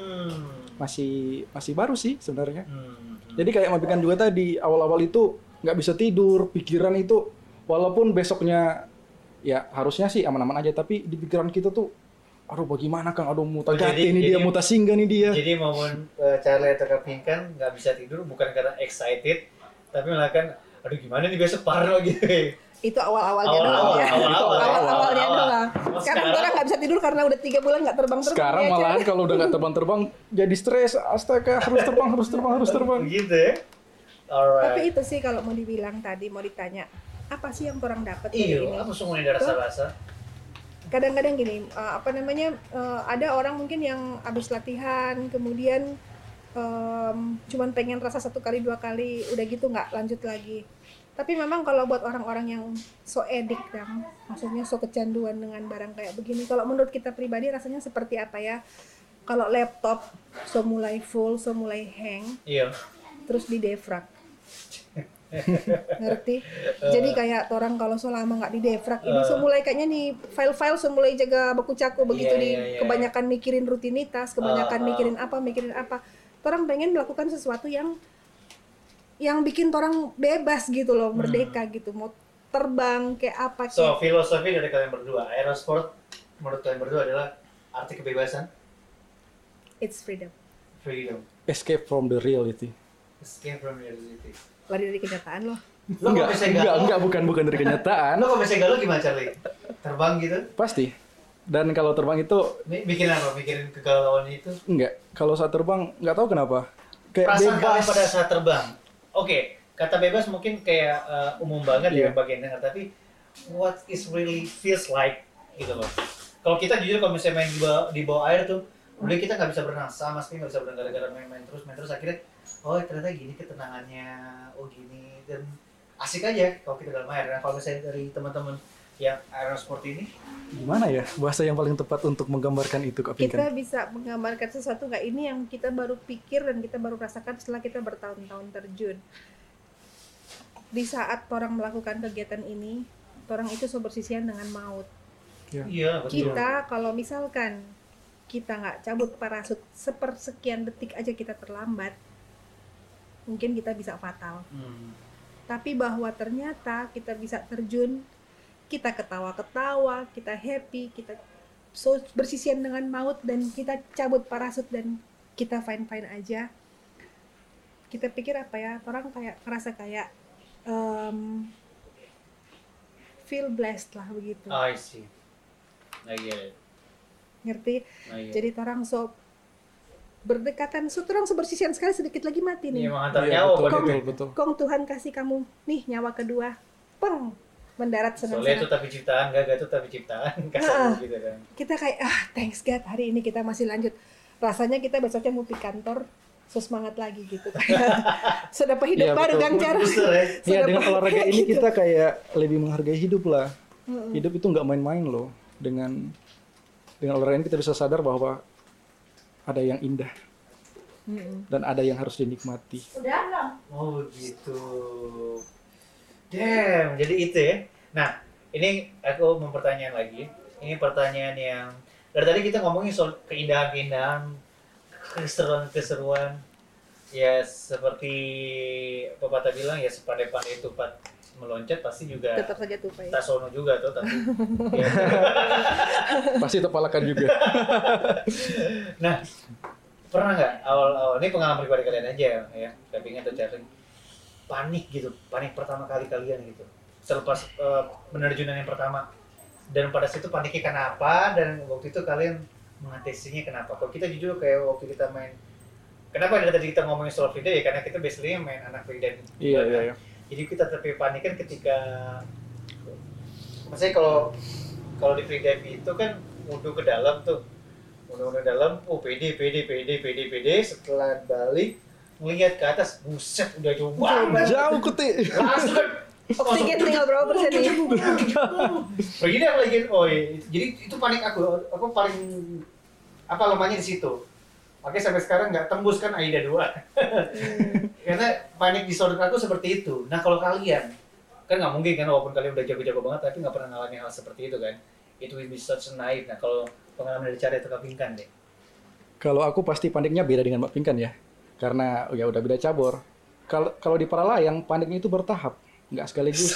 Masih baru sih sebenarnya. Jadi kayak Mabikan juga tadi, awal-awal itu nggak bisa tidur, pikiran itu walaupun besoknya ya harusnya sih aman-aman aja, tapi di pikiran kita tuh aduh bagaimana Kang, aduh muta gate ini dia, muta singgah nih dia. Jadi momen Charlie atau Kapingkan nggak bisa tidur bukan karena excited, tapi malah kan aduh gimana nih besok parno gitu. Itu awal-awalnya doang ya. Awal-awalnya doang. Sekarang orang nggak bisa tidur karena udah 3 bulan nggak terbang-terbang. Sekarang ya, malahan kalau udah nggak terbang-terbang jadi stres, astaga harus terbang. Begitu ya. Alright. Tapi itu sih kalau mau dibilang tadi, mau ditanya apa sih yang orang dapat dari ini? Iya, apa semuanya ada rasa-rasa? Kadang-kadang gini, ada orang mungkin yang habis latihan kemudian cuman pengen rasa 1 kali 2 kali udah gitu nggak lanjut lagi. Tapi memang kalau buat orang-orang yang so edik kan, maksudnya so kecanduan dengan barang kayak begini, kalau menurut kita pribadi rasanya seperti apa ya? Kalau laptop so mulai full, so mulai hang, Iya. terus di defrag. Ngerti? Jadi kayak orang kalau selama nggak di defrag ini mulai kayaknya nih file-file mulai jaga baku caku begitu kebanyakan mikirin rutinitas, kebanyakan mikirin apa. Orang pengen melakukan sesuatu yang bikin orang bebas gitu loh, merdeka gitu, mau terbang kayak apa kayak. So, filosofi dari kalian berdua, aerosport menurut kalian berdua adalah arti kebebasan? It's freedom. Freedom. Escape from the reality. Escape from reality. Lari dari kenyataan loh. Enggak, bukan dari kenyataan. Lo kalau bisa galau gimana Charlie? Terbang gitu? Pasti. Dan kalau terbang itu Mikirin apa? Mikirin kegalauan itu? enggak. Kalau saat terbang enggak tahu kenapa. Kayak Perasaan kalian bebas. pada saat terbang. Oke, kata bebas mungkin kayak umum banget ya bagian dengar, tapi what is really feels like gitu loh. Kalau kita jujur kalau misalnya main di bawah air tuh, udah kita nggak bisa berenang, sama sekali nggak bisa berenang gara-gara main terus akhirnya oh ternyata gini ketenangannya, oh gini, dan asik aja kalau kita dalam air. Nah kalau misalnya dari teman-teman yang aerosport ini Gimana ya bahasa yang paling tepat untuk menggambarkan itu Kak Kita Pinkan? bisa menggambarkan sesuatu nggak, ini yang kita baru pikir dan kita baru rasakan setelah kita bertahun-tahun terjun. Di saat orang melakukan kegiatan ini, orang itu so bersisian dengan maut. Iya, betul. Kita kalau misalkan kita nggak cabut parasut sepersekian detik aja kita terlambat, mungkin kita bisa fatal. Tapi bahwa ternyata kita bisa terjun, kita ketawa-ketawa, kita happy, kita bersisian dengan maut, dan kita cabut parasut dan kita fine-fine aja. Kita pikir apa ya, orang kayak ngerasa kayak feel blessed lah begitu. I see. I get it. Ngerti? I get it. Jadi orang berdekatan, orang bersisian sekali, sedikit lagi mati nih. Iya, menghantar Iya, nyawa betul, betul. betul. Kong Tuhan kasih kamu nih nyawa kedua, peng, mendarat Soalnya itu senang-senang. tapi ciptaan, gak itu tapi ciptaan. Kasar gitu kan. Kita kayak thanks God, hari ini kita masih lanjut. Rasanya kita besoknya mau pergi kantor, semangat lagi gitu. Sudah hidup Iya, baru betul. Gang Jar. Booster ya. Iya, dengan olahraga ini gitu. kita kayak lebih menghargai hidup lah. Hidup itu nggak main-main loh. Dengan olahraga ini kita bisa sadar bahwa ada yang indah dan ada yang harus dinikmati. Oh gitu. Damn, jadi itu ya. Nah, ini aku mau pertanyaan lagi. Ini pertanyaan yang dari tadi kita ngomongin soal keindahan-keindahan, keseruan-keseruan. Ya seperti pepatah bilang ya, sepandai-pandai tupat meloncat pasti juga Tetap saja tupai. tasono juga tuh, tapi ya. Pasti terpalakan juga. Nah, pernah nggak awal-awal, ini pengalaman pribadi kalian aja ya, tapi atau cari panik gitu, panik pertama kali kalian gitu, selepas penerjunan yang pertama, dan pada situ paniknya kenapa, dan waktu itu kalian mengatasinya kenapa? Kalau kita jujur kayak waktu kita main, kenapa dari tadi kita ngomongin soal freedive ya, karena kita basically main anak freedive. Iya. Jadi kita tapi panik kan ketika, maksudnya kalau di freedive itu kan wudhu ke dalam tuh, wudhu dalam, pede, setelah balik ngelihat ke atas, buset udah jauh banget, Jauh kuti. langsung Oksigen tinggal berapa persen nih? begini aku lagi, jadi itu panik aku paling apa lemahnya di situ. Makanya sampai sekarang nggak tembus kan AIDA 2. Karena panik disorder aku seperti itu. Nah kalau kalian, kan nggak mungkin kan walaupun kalian udah jago-jago banget tapi nggak pernah ngalamin hal seperti itu kan. It will be such a night. Nah kalau pengalaman dari Cara atau Kak Pinkan deh. Kalau aku pasti paniknya beda dengan Mbak Pinkan ya. Karena ya udah beda cabur. Kalau di para layang paniknya itu bertahap, nggak sekaligus.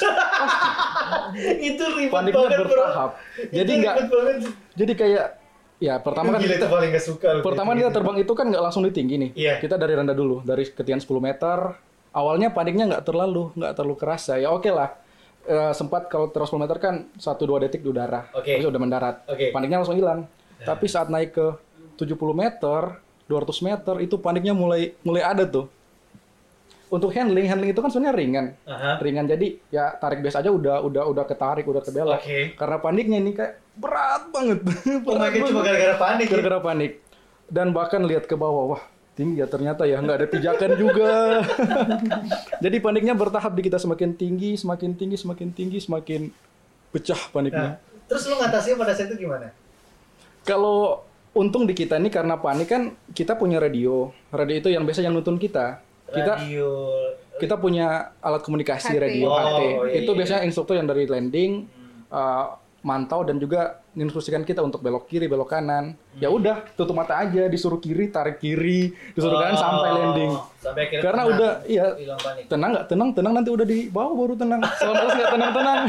Itu ribet Paniknya banget bertahap. bro. Jadi Itu nggak, ribet banget. jadi kayak ya pertama kan Gila, itu paling nggak suka loh. pertama Gitu. kita terbang itu kan nggak langsung di tinggi nih. Iya. Kita dari rendah dulu, dari ketinggian 10 meter. Awalnya paniknya nggak terlalu kerasa. Ya oke lah. Sempat kalau terus 10 meter kan 1-2 detik di udara. Oke. Terus udah mendarat. Oke. Paniknya langsung hilang. Tapi saat naik ke 70 meter, 200 meter itu paniknya mulai ada tuh. Untuk handling itu kan sebenarnya ringan. Aha. Ringan, jadi ya tarik biasa aja udah ketarik, udah kebelok. Oke. Karena paniknya ini kayak berat banget. Oh my God, cuma gara-gara panik. Ya? Gara-gara panik. Dan bahkan lihat ke bawah, wah tinggi ya ternyata ya, nggak ada pijakan juga. Jadi paniknya bertahap, di kita semakin tinggi, semakin pecah Nah, paniknya. terus lu ngatasinnya pada saat itu gimana? Kalau untung di kita ini karena panik kan kita punya radio itu yang biasa yang nuntun kita. Radio. Kita punya alat komunikasi HT. radio Oh, HT. iya, Itu iya. biasanya instruktur yang dari landing mantau dan juga menginstruksikan kita untuk belok kiri, belok kanan. Ya udah, tutup mata aja, disuruh kiri, tarik kiri, disuruh kanan sampai landing. Sampai akhirnya Karena tenang, udah iya, hilang panik. tenang nggak tenang nanti udah di bawah baru tenang. Selama atas nggak tenang.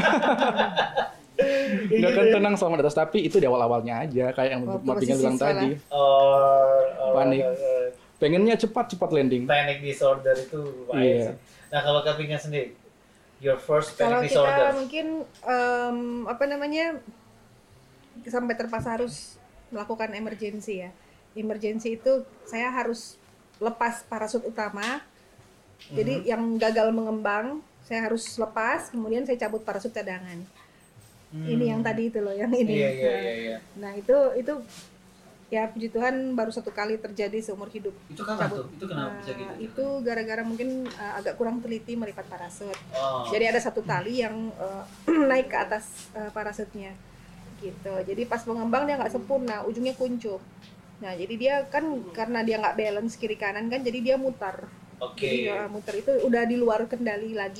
Nggak akan tenang selama di atas, tapi itu di awal-awalnya aja kayak yang Waktu Mbak Pinkan masih bilang siswa tadi. Panik. Pengennya cepat lelanding. Panic disorder itu bahaya Iya. sih. Nah kalau Kak Pinkan sendiri, your first Kalau panic kita disorder. mungkin sampai terpaksa harus melakukan emergency ya. Emergency itu saya harus lepas parasut utama. Jadi yang gagal mengembang saya harus lepas, kemudian saya cabut parasut cadangan. Ini yang tadi itu loh, yang ini. Iya. Nah itu ya puji Tuhan baru 1 kali terjadi seumur hidup. Itu kapan tuh? Itu kenapa bisa gitu? Itu gara-gara mungkin agak kurang teliti melipat parasut. Oh. Jadi ada 1 tali yang naik ke atas parasutnya gitu. Jadi pas mengembang dia nggak sempurna, ujungnya kuncup. Nah jadi dia kan karena dia nggak balance kiri kanan kan, jadi dia mutar. Oke. Jadi muter itu udah di luar kendali lagi.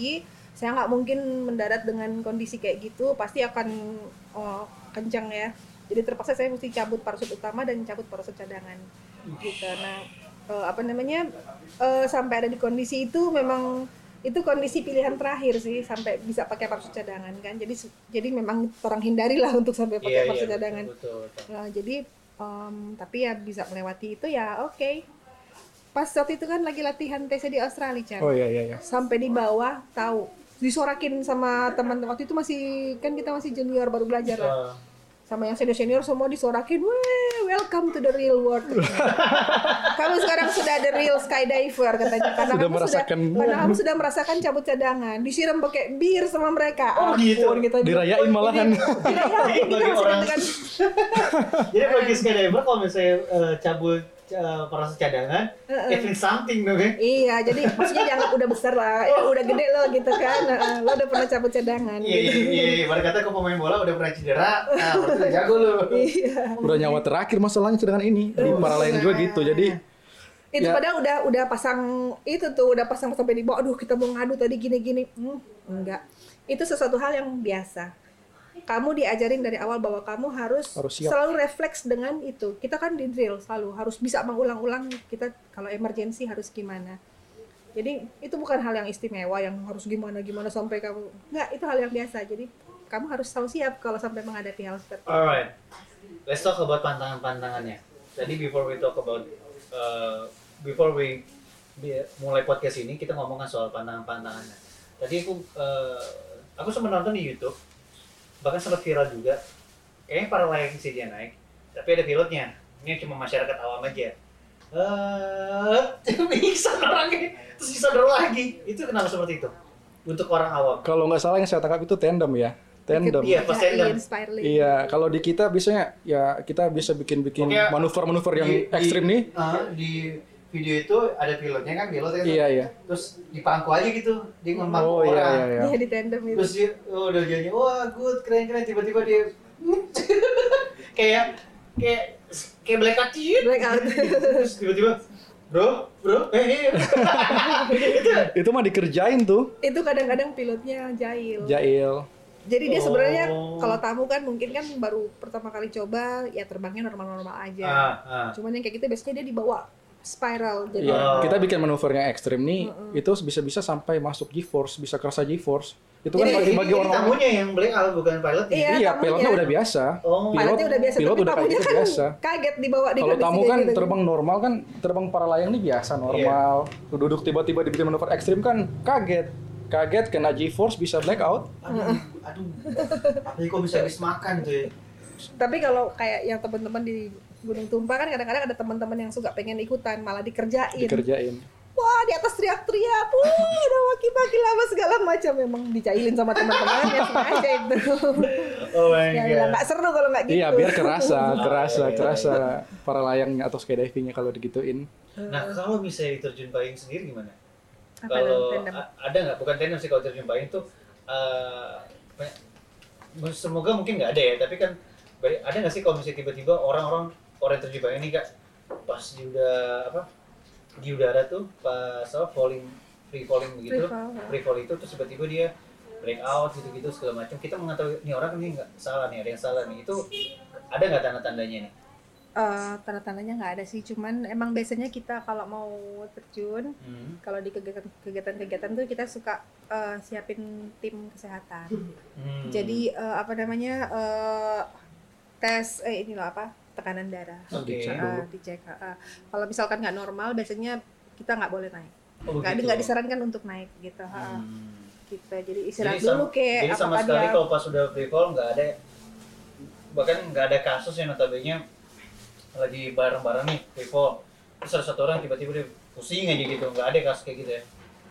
Saya nggak mungkin mendarat dengan kondisi kayak gitu, pasti akan kencang ya. Jadi terpaksa saya mesti cabut parasut utama dan cabut parasut cadangan gitu. Nah sampai ada di kondisi itu memang itu kondisi pilihan terakhir sih, sampai bisa pakai parasut cadangan kan. Jadi memang orang hindari lah untuk sampai pakai parasut cadangan. Betul. Nah, jadi tapi ya bisa melewati itu ya oke. Pas waktu itu kan lagi latihan TC di Australia, Chan. Oh iya. Sampai di bawah tahu disorakin sama teman-teman. Waktu itu kita masih junior baru belajar lah. Sama yang senior semua disorakin, welcome to the real world. Kamu sekarang sudah the real skydiver katanya, karena kamu sudah merasakan cabut cadangan, disiram pakai bir sama mereka. Gitu. Dirayain malahan. Dirayain bagi orang. Jadi bagi skydiver kalau misalnya cabut parasut cadangan, it means something dong ya. Iya, jadi maksudnya dianggap udah besar lah, udah gede lo gitu kan, lo udah pernah cabut cadangan. Iya. Pada kata kau pemain bola udah pernah cedera, berarti udah jago lo. Iya. Udah nyawa terakhir masalahnya cadangan ini. Di para lain juga gitu, jadi itu padahal udah pasang sampai di bawah. Aduh, kita mau ngadu tadi gini-gini. Enggak. Itu sesuatu hal yang biasa. Kamu diajarin dari awal bahwa kamu harus selalu refleks dengan itu. Kita kan di drill selalu harus bisa mengulang-ulang kita kalau emergency harus gimana. Jadi itu bukan hal yang istimewa yang harus gimana sampai kamu. Enggak, itu hal yang biasa. Jadi kamu harus selalu siap kalau sampai menghadapi hal seperti itu. Alright. Let's talk about pantangan-pantangannya. Tadi before we mulai podcast ini kita ngomongin soal pantangan-pantangannya. Tadi aku sempat nonton di YouTube, bahkan sempat viral juga. Kayaknya para layang sih dia naik, tapi ada pilotnya. Ini cuma masyarakat awam aja. Pingsan orangnya, terus disadar lagi. Itu kenapa seperti itu? Untuk orang awam. kalau nggak salah yang saya tangkap itu tandem ya. Tandem. Iya, pas tandem. Iya, kalau di kita biasanya ya kita bisa bikin manuver-manuver yang ekstrim nih. Di video itu ada pilotnya kan, pilotnya. Iya. Terus dipangku aja gitu, dia ngembang Oh orang. iya. Dia di tandem itu. Terus dia udah nyanyi, wah good, keren, tiba-tiba dia kayak blackout. Terus tiba-tiba bro, Itu mah dikerjain tuh. Itu kadang-kadang pilotnya jahil. Jadi dia Oh. sebenarnya kalau tamu kan mungkin kan baru pertama kali coba ya terbangnya normal-normal aja. Cuman yang kayak gitu biasanya dia dibawa spiral. Jadi Iya, kita bikin manuvernya ekstrim nih, itu bisa sampai masuk G-force, bisa kerasa G-force. Itu kan Jadi, bagi orang tamunya yang blackout bukan pilotnya. Iya, Iya, tamunya. pilotnya udah biasa. pilotnya udah biasa, pilot tapi udah kayak tamunya gitu kan biasa. kaget dibawa di Kalau kondisi tamu kayak kan gitu. terbang normal kan, terbang para layang nih biasa normal. Duduk tiba-tiba dibikin manuver ekstrim kan kaget kena G-force bisa blackout. Aduh, apalagi kok bisa habis makan tuh ya. Tapi kalau kayak yang teman-teman di Gunung Tumpah kan kadang-kadang ada teman-teman yang suka pengen ikutan malah dikerjain. Wah, di atas teriak-teriak, udah maki-maki lama segala macam, memang dicailin sama teman-temannya sengaja itu. Oh my Ya, god. nggak seru kalau nggak gitu. Iya, biar kerasa para layangnya atau skydivingnya kalau digituin. Nah, kalau misalnya terjun payung sendiri gimana? Apa Kalau tandem? ada nggak? Bukan tandem sih, kalau terjun payung tuh semoga mungkin nggak ada ya, tapi kan ada nggak sih kalau misalnya tiba-tiba orang terjun payung ini kak pas di udara tuh pas free falling begitu, free fall itu terus tiba-tiba dia break out gitu segala macam, kita mengetahui nih orang ini nggak salah nih, ada yang salah nih, itu ada nggak tanda-tandanya nih? Tanda-tandanya nggak ada sih, cuman emang biasanya kita kalau mau terjun, kalau di kegiatan-kegiatan tuh kita suka siapin tim kesehatan. Jadi tes tekanan darah, dicek. Kalau misalkan nggak normal, biasanya kita nggak boleh naik, nggak disarankan untuk naik gitu. Gitu. Jadi istirahat dulu Jadi sama sekali kalau pas sudah free fall bahkan nggak ada kasus yang notabene lagi bareng-bareng nih free fall, terus ada satu orang tiba-tiba dia pusing aja gitu, nggak ada kasus kayak gitu ya?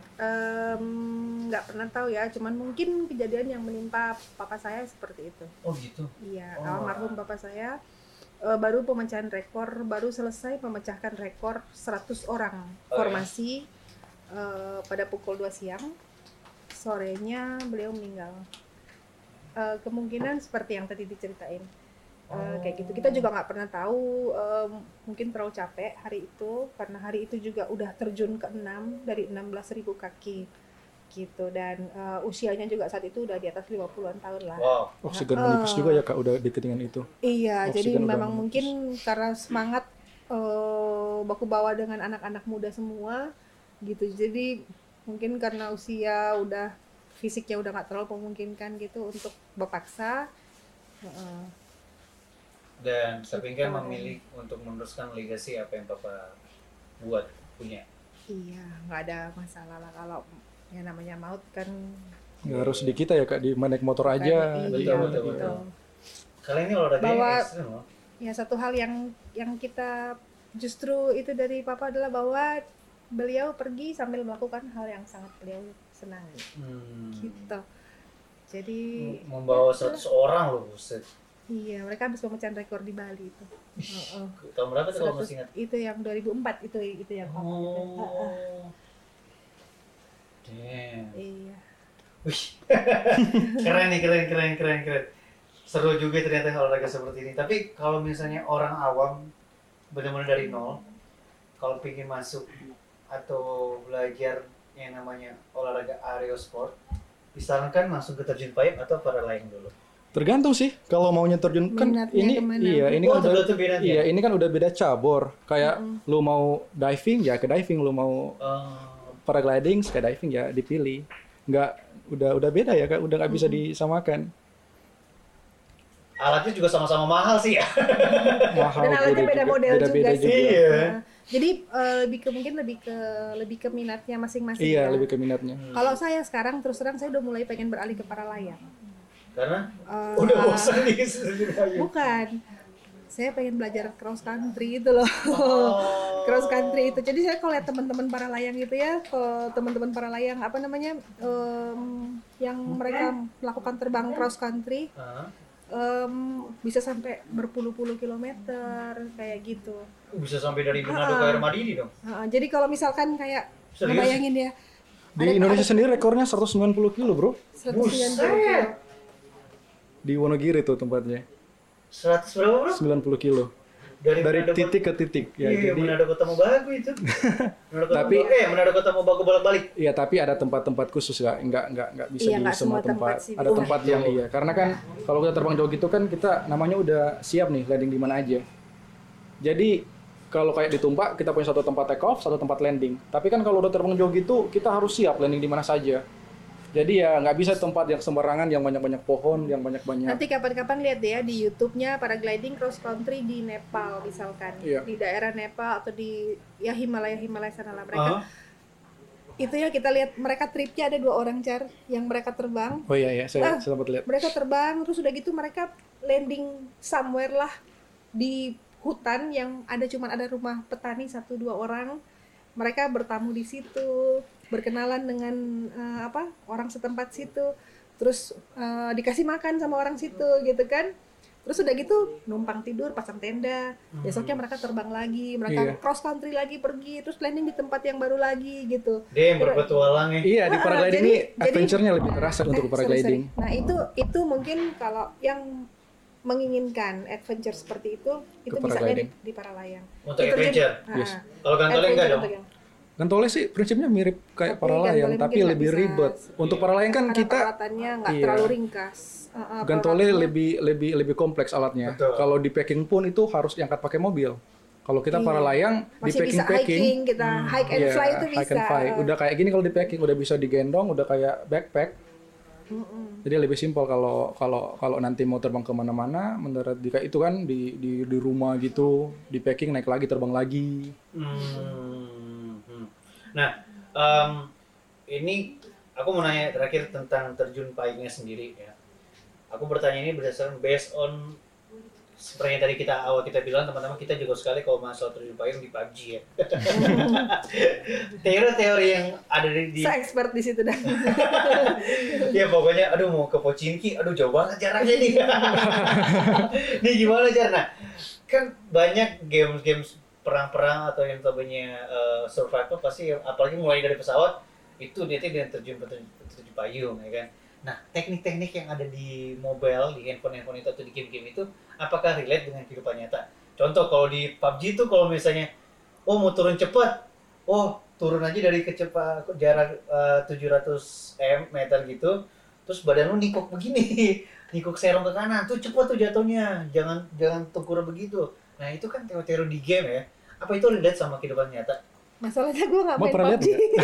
Nggak pernah tahu ya, cuman mungkin kejadian yang menimpa papa saya seperti itu. Oh gitu? Iya, almarhum papa saya baru selesai memecahkan rekor 100 orang formasi pada pukul 2 siang. Sorenya beliau meninggal. Kemungkinan seperti yang tadi diceritain. Kayak gitu. Kita juga nggak pernah tahu, mungkin terlalu capek hari itu, karena hari itu juga udah terjun ke 6 dari 16.000 kaki. gitu. Dan usianya juga saat itu udah di atas 50-an tahun lah. Wow. Oksigen menipis juga ya Kak, udah di ketinggian itu. Iya, jadi Oksigen udah memang menipis. mungkin karena semangat baku bawa dengan anak-anak muda semua gitu. Jadi mungkin karena usia udah fisiknya udah nggak terlalu memungkinkan gitu untuk berpaksa. Heeh. Dan tapi kan Gitu. memilih untuk meneruskan legasi apa yang Papa buat punya. Iya, nggak ada masalah lah kalau yang namanya maut kan. Nggak harus di kita ya Kak, di naik motor aja. Iya, Betul, betul, betul. betul. Kalian ini olahraga Bahwa- ekstrim loh. Ya satu hal yang kita justru itu dari Papa adalah bahwa beliau pergi sambil melakukan hal yang sangat beliau senangi gitu. Jadi Membawa 100 orang loh, buset. iya, mereka habis pemecahan rekor di Bali itu. Heeh. Tahun berapa tuh kalau 100 masih ingat? itu yang 2004 itu yang Papa gitu. Heeh. Oh. Damn. Iya. Wih. Keren nih, keren. Seru juga ternyata olahraga seperti ini. Tapi kalau misalnya orang awam benar-benar dari nol, kalau pengen masuk atau belajar yang namanya olahraga aero sport, disarankan langsung ke terjun payung atau para layang dulu. Tergantung sih kalau maunya terjun kan Minatnya ini kemana? iya ini Oh, kan udah tergantung minatnya. iya ini kan udah beda cabur. Kayak lu mau diving ya ke diving, lu mau paragliding, skydiving ya dipilih. Nggak udah beda ya Kak, udah nggak bisa disamakan. Alatnya juga sama-sama mahal sih ya. Mahal Dan alatnya beda model beda-beda juga sih. Iya. Nah, jadi mungkin lebih ke minatnya masing-masing. Iya, ya. lebih ke minatnya. Kalau saya sekarang terus terang saya udah mulai pengen beralih ke para layang. Karena Eh, udah bosan nih terjun payung. Bukan. Saya pengen belajar cross country itu loh. Oh. Cross country itu. Jadi saya kalau lihat teman-teman para layang gitu ya, kalau teman-teman para layang apa namanya yang mereka melakukan terbang cross country Hah? bisa sampai berpuluh-puluh kilometer kayak gitu. Bisa sampai dari Manado ke Air Madidi dong. Jadi kalau misalkan kayak Serius? ngebayangin ya Di Indonesia sendiri rekornya 190 kilo, Bro. 190 kilo. Di Wonogiri tuh tempatnya. 100 berapa bro? 90 kilo. Dari Manado titik ke titik ya. Iya, Jadi Manado Kota Mobagu itu. Tapi- Manado Kota Mobagu bolak-balik. iya, tapi ada tempat-tempat khusus nggak bisa Iya, di nggak semua semua tempat tempat. sih, Ada betul. tempat yang iya. Karena kan kalau kita terbang jauh gitu kan kita namanya udah siap nih landing di mana aja. Jadi kalau kayak ditumpak kita punya satu tempat take off, satu tempat landing. Tapi kan kalau udah terbang jauh gitu kita harus siap landing di mana saja. Jadi ya nggak bisa tempat yang sembarangan, yang banyak-banyak pohon, yang banyak-banyak. Nanti kapan-kapan lihat deh ya di YouTube-nya paragliding cross country di Nepal misalkan. Iya. Di daerah Nepal atau di ya Himalaya sana lah mereka. Ah. Itu ya kita lihat mereka tripnya ada 2 orang Char yang mereka terbang. Oh iya saya sempat lihat. Mereka terbang terus udah gitu mereka landing somewhere lah di hutan yang cuman ada rumah petani 1-2 orang. Mereka bertamu di situ, berkenalan dengan orang setempat situ, terus dikasih makan sama orang situ gitu kan. Terus udah gitu numpang tidur, pasang tenda. Besoknya mereka terbang lagi, mereka Iya. cross country lagi pergi, terus landing di tempat yang baru lagi gitu. Dia yang berpetualang ya. Iya, di paragliding jadi- ini adventure-nya lebih terasa untuk sorry, paragliding. sorry. Nah itu mungkin kalau yang menginginkan adventure seperti itu bisa paragliding. di para layang. Untuk Itu adventure. Yes. Kalau gantole enggak dong. Gantole sih prinsipnya mirip kayak Tapi para layang, gantole tapi mungkin lebih nggak bisa. ribet. Untuk para layang kan Karena kita peralatannya nggak iya. terlalu ringkas. gantole peralatannya- lebih kompleks alatnya. Betul. Kalau di packing pun itu harus diangkat pakai mobil. Kalau kita para layang di masih bisa packing, hiking kita hike and iya, fly itu bisa. hike and fly. Udah kayak gini kalau di packing udah bisa digendong, udah kayak backpack. Jadi lebih simpel kalau nanti mau terbang kemana-mana, mendarat di kayak itu kan di rumah gitu, di packing naik lagi terbang lagi. Nah, ini aku mau nanya terakhir tentang terjun payungnya sendiri ya. Aku bertanya ini berdasarkan based on seperti yang tadi kita bilang teman-teman, kita juga sekali kalau masalah terjun payung di PUBG ya. Teori-teori yang ada di Saya expert di situ dah. ya pokoknya aduh mau ke Pochinki, aduh jauh banget jaraknya nih. Nih gimana caranya? Kan banyak games perang-perang atau yang namanya survival pasti apalagi mulai dari pesawat itu dia dengan terjun payung ya kan. Nah, teknik-teknik yang ada di mobile, di handphone itu atau di game-game itu apakah relate dengan kehidupan nyata? Contoh kalau di PUBG itu kalau misalnya mau turun cepat, turun aja dari jarak 700 meter gitu, terus badan lu nikuk begini, nikuk serong ke kanan, tuh cepet tuh jatuhnya, jangan tengkurap begitu. Nah itu kan teori di game ya. Apa itu relate sama kehidupan nyata? Masalahnya gue nggak Mau main pernah lihat PUBG.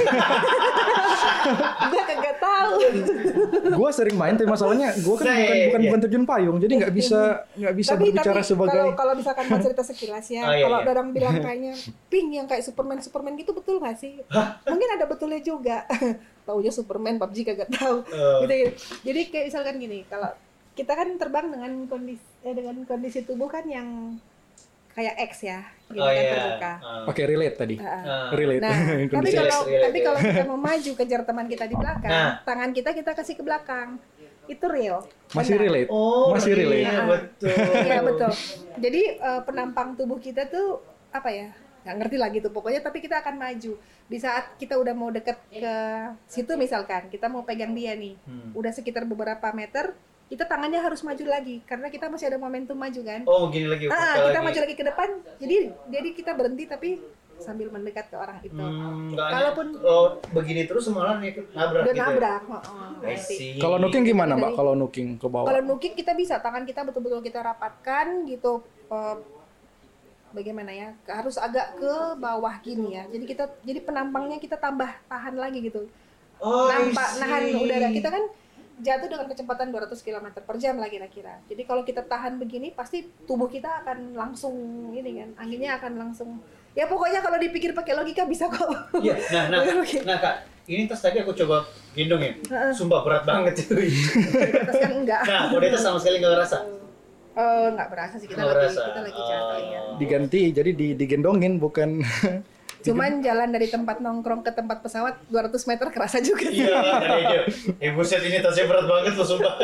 Gue kagak tahu. Gue sering main, tapi masalahnya gue kan bukan terjun payung, jadi nggak bisa berbicara sebagai. Kalau misalkan mau cerita sekilas ya, kalau orang bilang kayaknya ping yang kayak Superman gitu betul nggak sih? Mungkin ada betulnya juga. Taunya Superman, PUBG kagak tahu. Gitu. Jadi kayak misalkan gini, kalau kita kan terbang dengan kondisi tubuh kan yang kayak X ya, gitu kan terbuka. Oke, relate tadi. Relate. Nah, tapi kalau kita mau maju kejar teman kita di belakang, tangan kita kasih ke belakang. Itu real. Masih benar. relate. Masih iya, relate. betul. Iya, betul. Jadi penampang tubuh kita tuh apa ya? Nggak ngerti lah gitu pokoknya, tapi kita akan maju. Di saat kita udah mau deket ke situ misalkan, kita mau pegang dia nih. Udah sekitar beberapa meter, kita tangannya harus maju lagi karena kita masih ada momentum maju kan. Oh, begini lagi. Kita maju lagi ke depan. Jadi kita berhenti tapi sambil mendekat ke orang itu. Kalaupun begini terus malah nabrak udah gitu. Nabrak. Kalau nooking gimana, Mbak? Kalau nooking ke bawah? Kalau nooking kita bisa, tangan kita betul-betul kita rapatkan gitu. Bagaimana ya? Harus agak ke bawah gini ya. Jadi penampangnya kita tambah tahan lagi gitu. Nahan udara kita kan jatuh dengan kecepatan 200 km per jam lah kira-kira. Jadi kalau kita tahan begini, pasti tubuh kita akan langsung ini kan, anginnya akan langsung. Ya pokoknya kalau dipikir pakai logika bisa kok. Iya. Nah Kak, ini tas tadi aku coba gendong ya. Sumpah berat banget cuy. Di atas kan enggak. Nah, kalau di atas sama sekali nggak ngerasa. Nggak berasa sih, kita lagi jatuh ya. Diganti, jadi digendongin bukan. Cuman jalan dari tempat nongkrong ke tempat pesawat 200 meter kerasa juga. Iya, buset ini tasnya berat banget loh sumpah.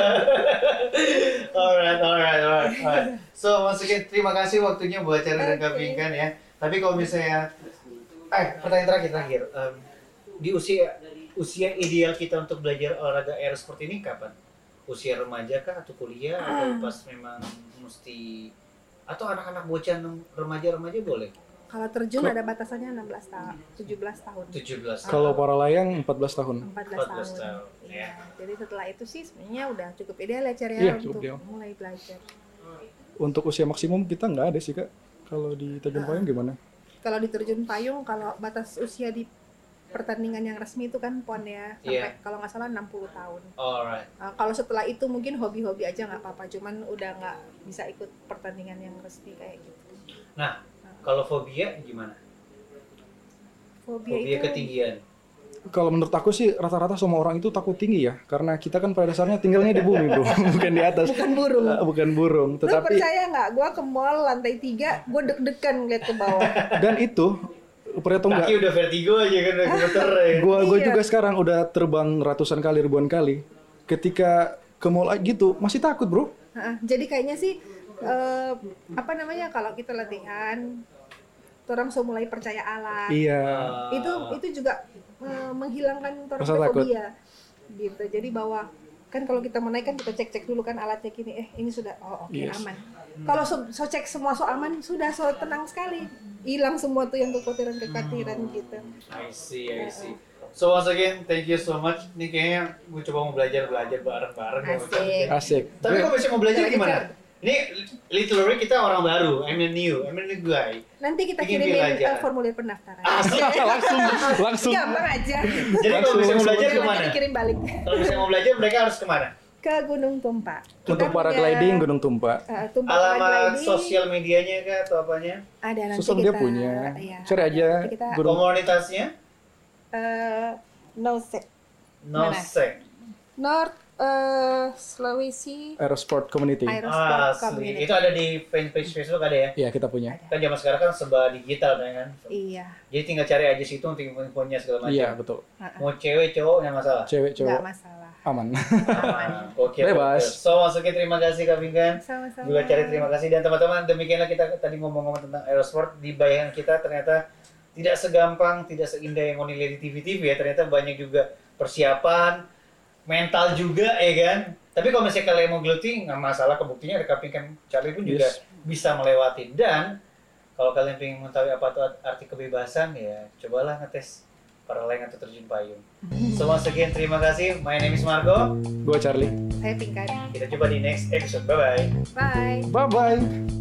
Alright. So, once again, terima kasih waktunya buat Cherry dan Kak Pinkan ya. Tapi kalau misalnya, pertanyaan terakhir, di usia ideal kita untuk belajar olahraga aerosport ini kapan? Usia remaja kah atau kuliah atau pas memang mesti, atau anak-anak bocah remaja boleh? Kalau terjun ada batasannya 16 tahun, 17 tahun. 17. Kalau para layang 14 tahun. 14 tahun. Iya. Jadi setelah itu sih sebenarnya udah cukup ideal ya Iya, untuk ideal. mulai belajar. Untuk usia maksimum kita nggak ada sih, Kak. Kalau di terjun payung gimana? Kalau di terjun payung, kalau batas usia di pertandingan yang resmi itu kan PON ya, sampai kalau nggak salah 60 tahun. Alright. Kalau setelah itu mungkin hobi-hobi aja nggak apa-apa, cuman udah nggak bisa ikut pertandingan yang resmi kayak gitu. Nah, kalau fobia gimana? Fobia itu ketinggian. Kalau menurut aku sih rata-rata semua orang itu takut tinggi ya, karena kita kan pada dasarnya tinggalnya di bumi, Bro, bukan di atas. bukan burung. Bukan burung, Lu tetapi percaya nggak? Gua ke mall lantai 3, gua deg-degan ngeliat ke bawah. dan itu percaya atau enggak? Kaki udah vertigo aja kan, udah gemeter ya. Gua juga sekarang udah terbang ratusan kali, ribuan kali. Ketika ke mall gitu masih takut, Bro. Jadi kayaknya sih kalau kita latihan, orang mulai percaya alat. Iya. Itu juga menghilangkan Rasa takut. fobia. Gitu. Jadi bahwa kan kalau kita mau naik kan kita cek dulu kan alatnya gini, ini sudah Yes. aman. Kalau so cek semua aman, sudah tenang sekali. Hilang semua tuh yang kekhawatiran gitu. I see. So once again, thank you so much. Ini kayaknya gue coba mau belajar bareng-bareng. Asik. Tapi kalau misalnya mau belajar gimana? Ini literally kita orang baru, I'm a new guy. Nanti kita Bikin kirimin belajar. formulir pendaftaran. langsung. Gampang aja. Jadi kalau misalnya mau belajar Cuma kemana? dikirim balik. Kalau misalnya mau belajar, mereka harus kemana? Ke Gunung Tumpa. Untuk paragliding Gunung Tumpa. Tumpa Alamat paragliding. sosial medianya kah atau apanya? Ada nanti Sosial kita. media punya. Iya, Cari aja nanti kita Gunung. Komunitasnya? Nosek. Nosek. North Sulawesi Aerosport Community. Aerosport Asli. Community. Itu ada di fanpage Facebook ada ya? Iya, kita punya. Kan zaman sekarang kan serba digital kan? Iya. Jadi tinggal cari aja situ untuk infonya segala macam. Iya, betul. Mau cewek cowok nggak masalah. Cewek, cowok. Nggak masalah. Aman. Aman. Oke. Bebas. So masukin terima kasih Kak Pinkan. Sama-sama. Juga cari terima kasih dan teman-teman, demikianlah kita tadi ngomong-ngomong tentang aerosport. Di bayangan kita ternyata tidak segampang, tidak seindah yang lihat di TV-TV ya. Ternyata banyak juga persiapan, mental juga ya kan. Tapi kalau misalnya kalian mau geluti nggak masalah, kebuktinya ada Kak Pinkan Charlie pun juga bisa melewati. Dan kalau kalian ingin mengetahui apa itu arti kebebasan ya cobalah ngetes paraleng atau terjun payung. Semua sekian, terima kasih. My name is Marco. Gue Charlie. Saya Pinkan. Kita jumpa di next episode. Bye bye. Bye. Bye bye.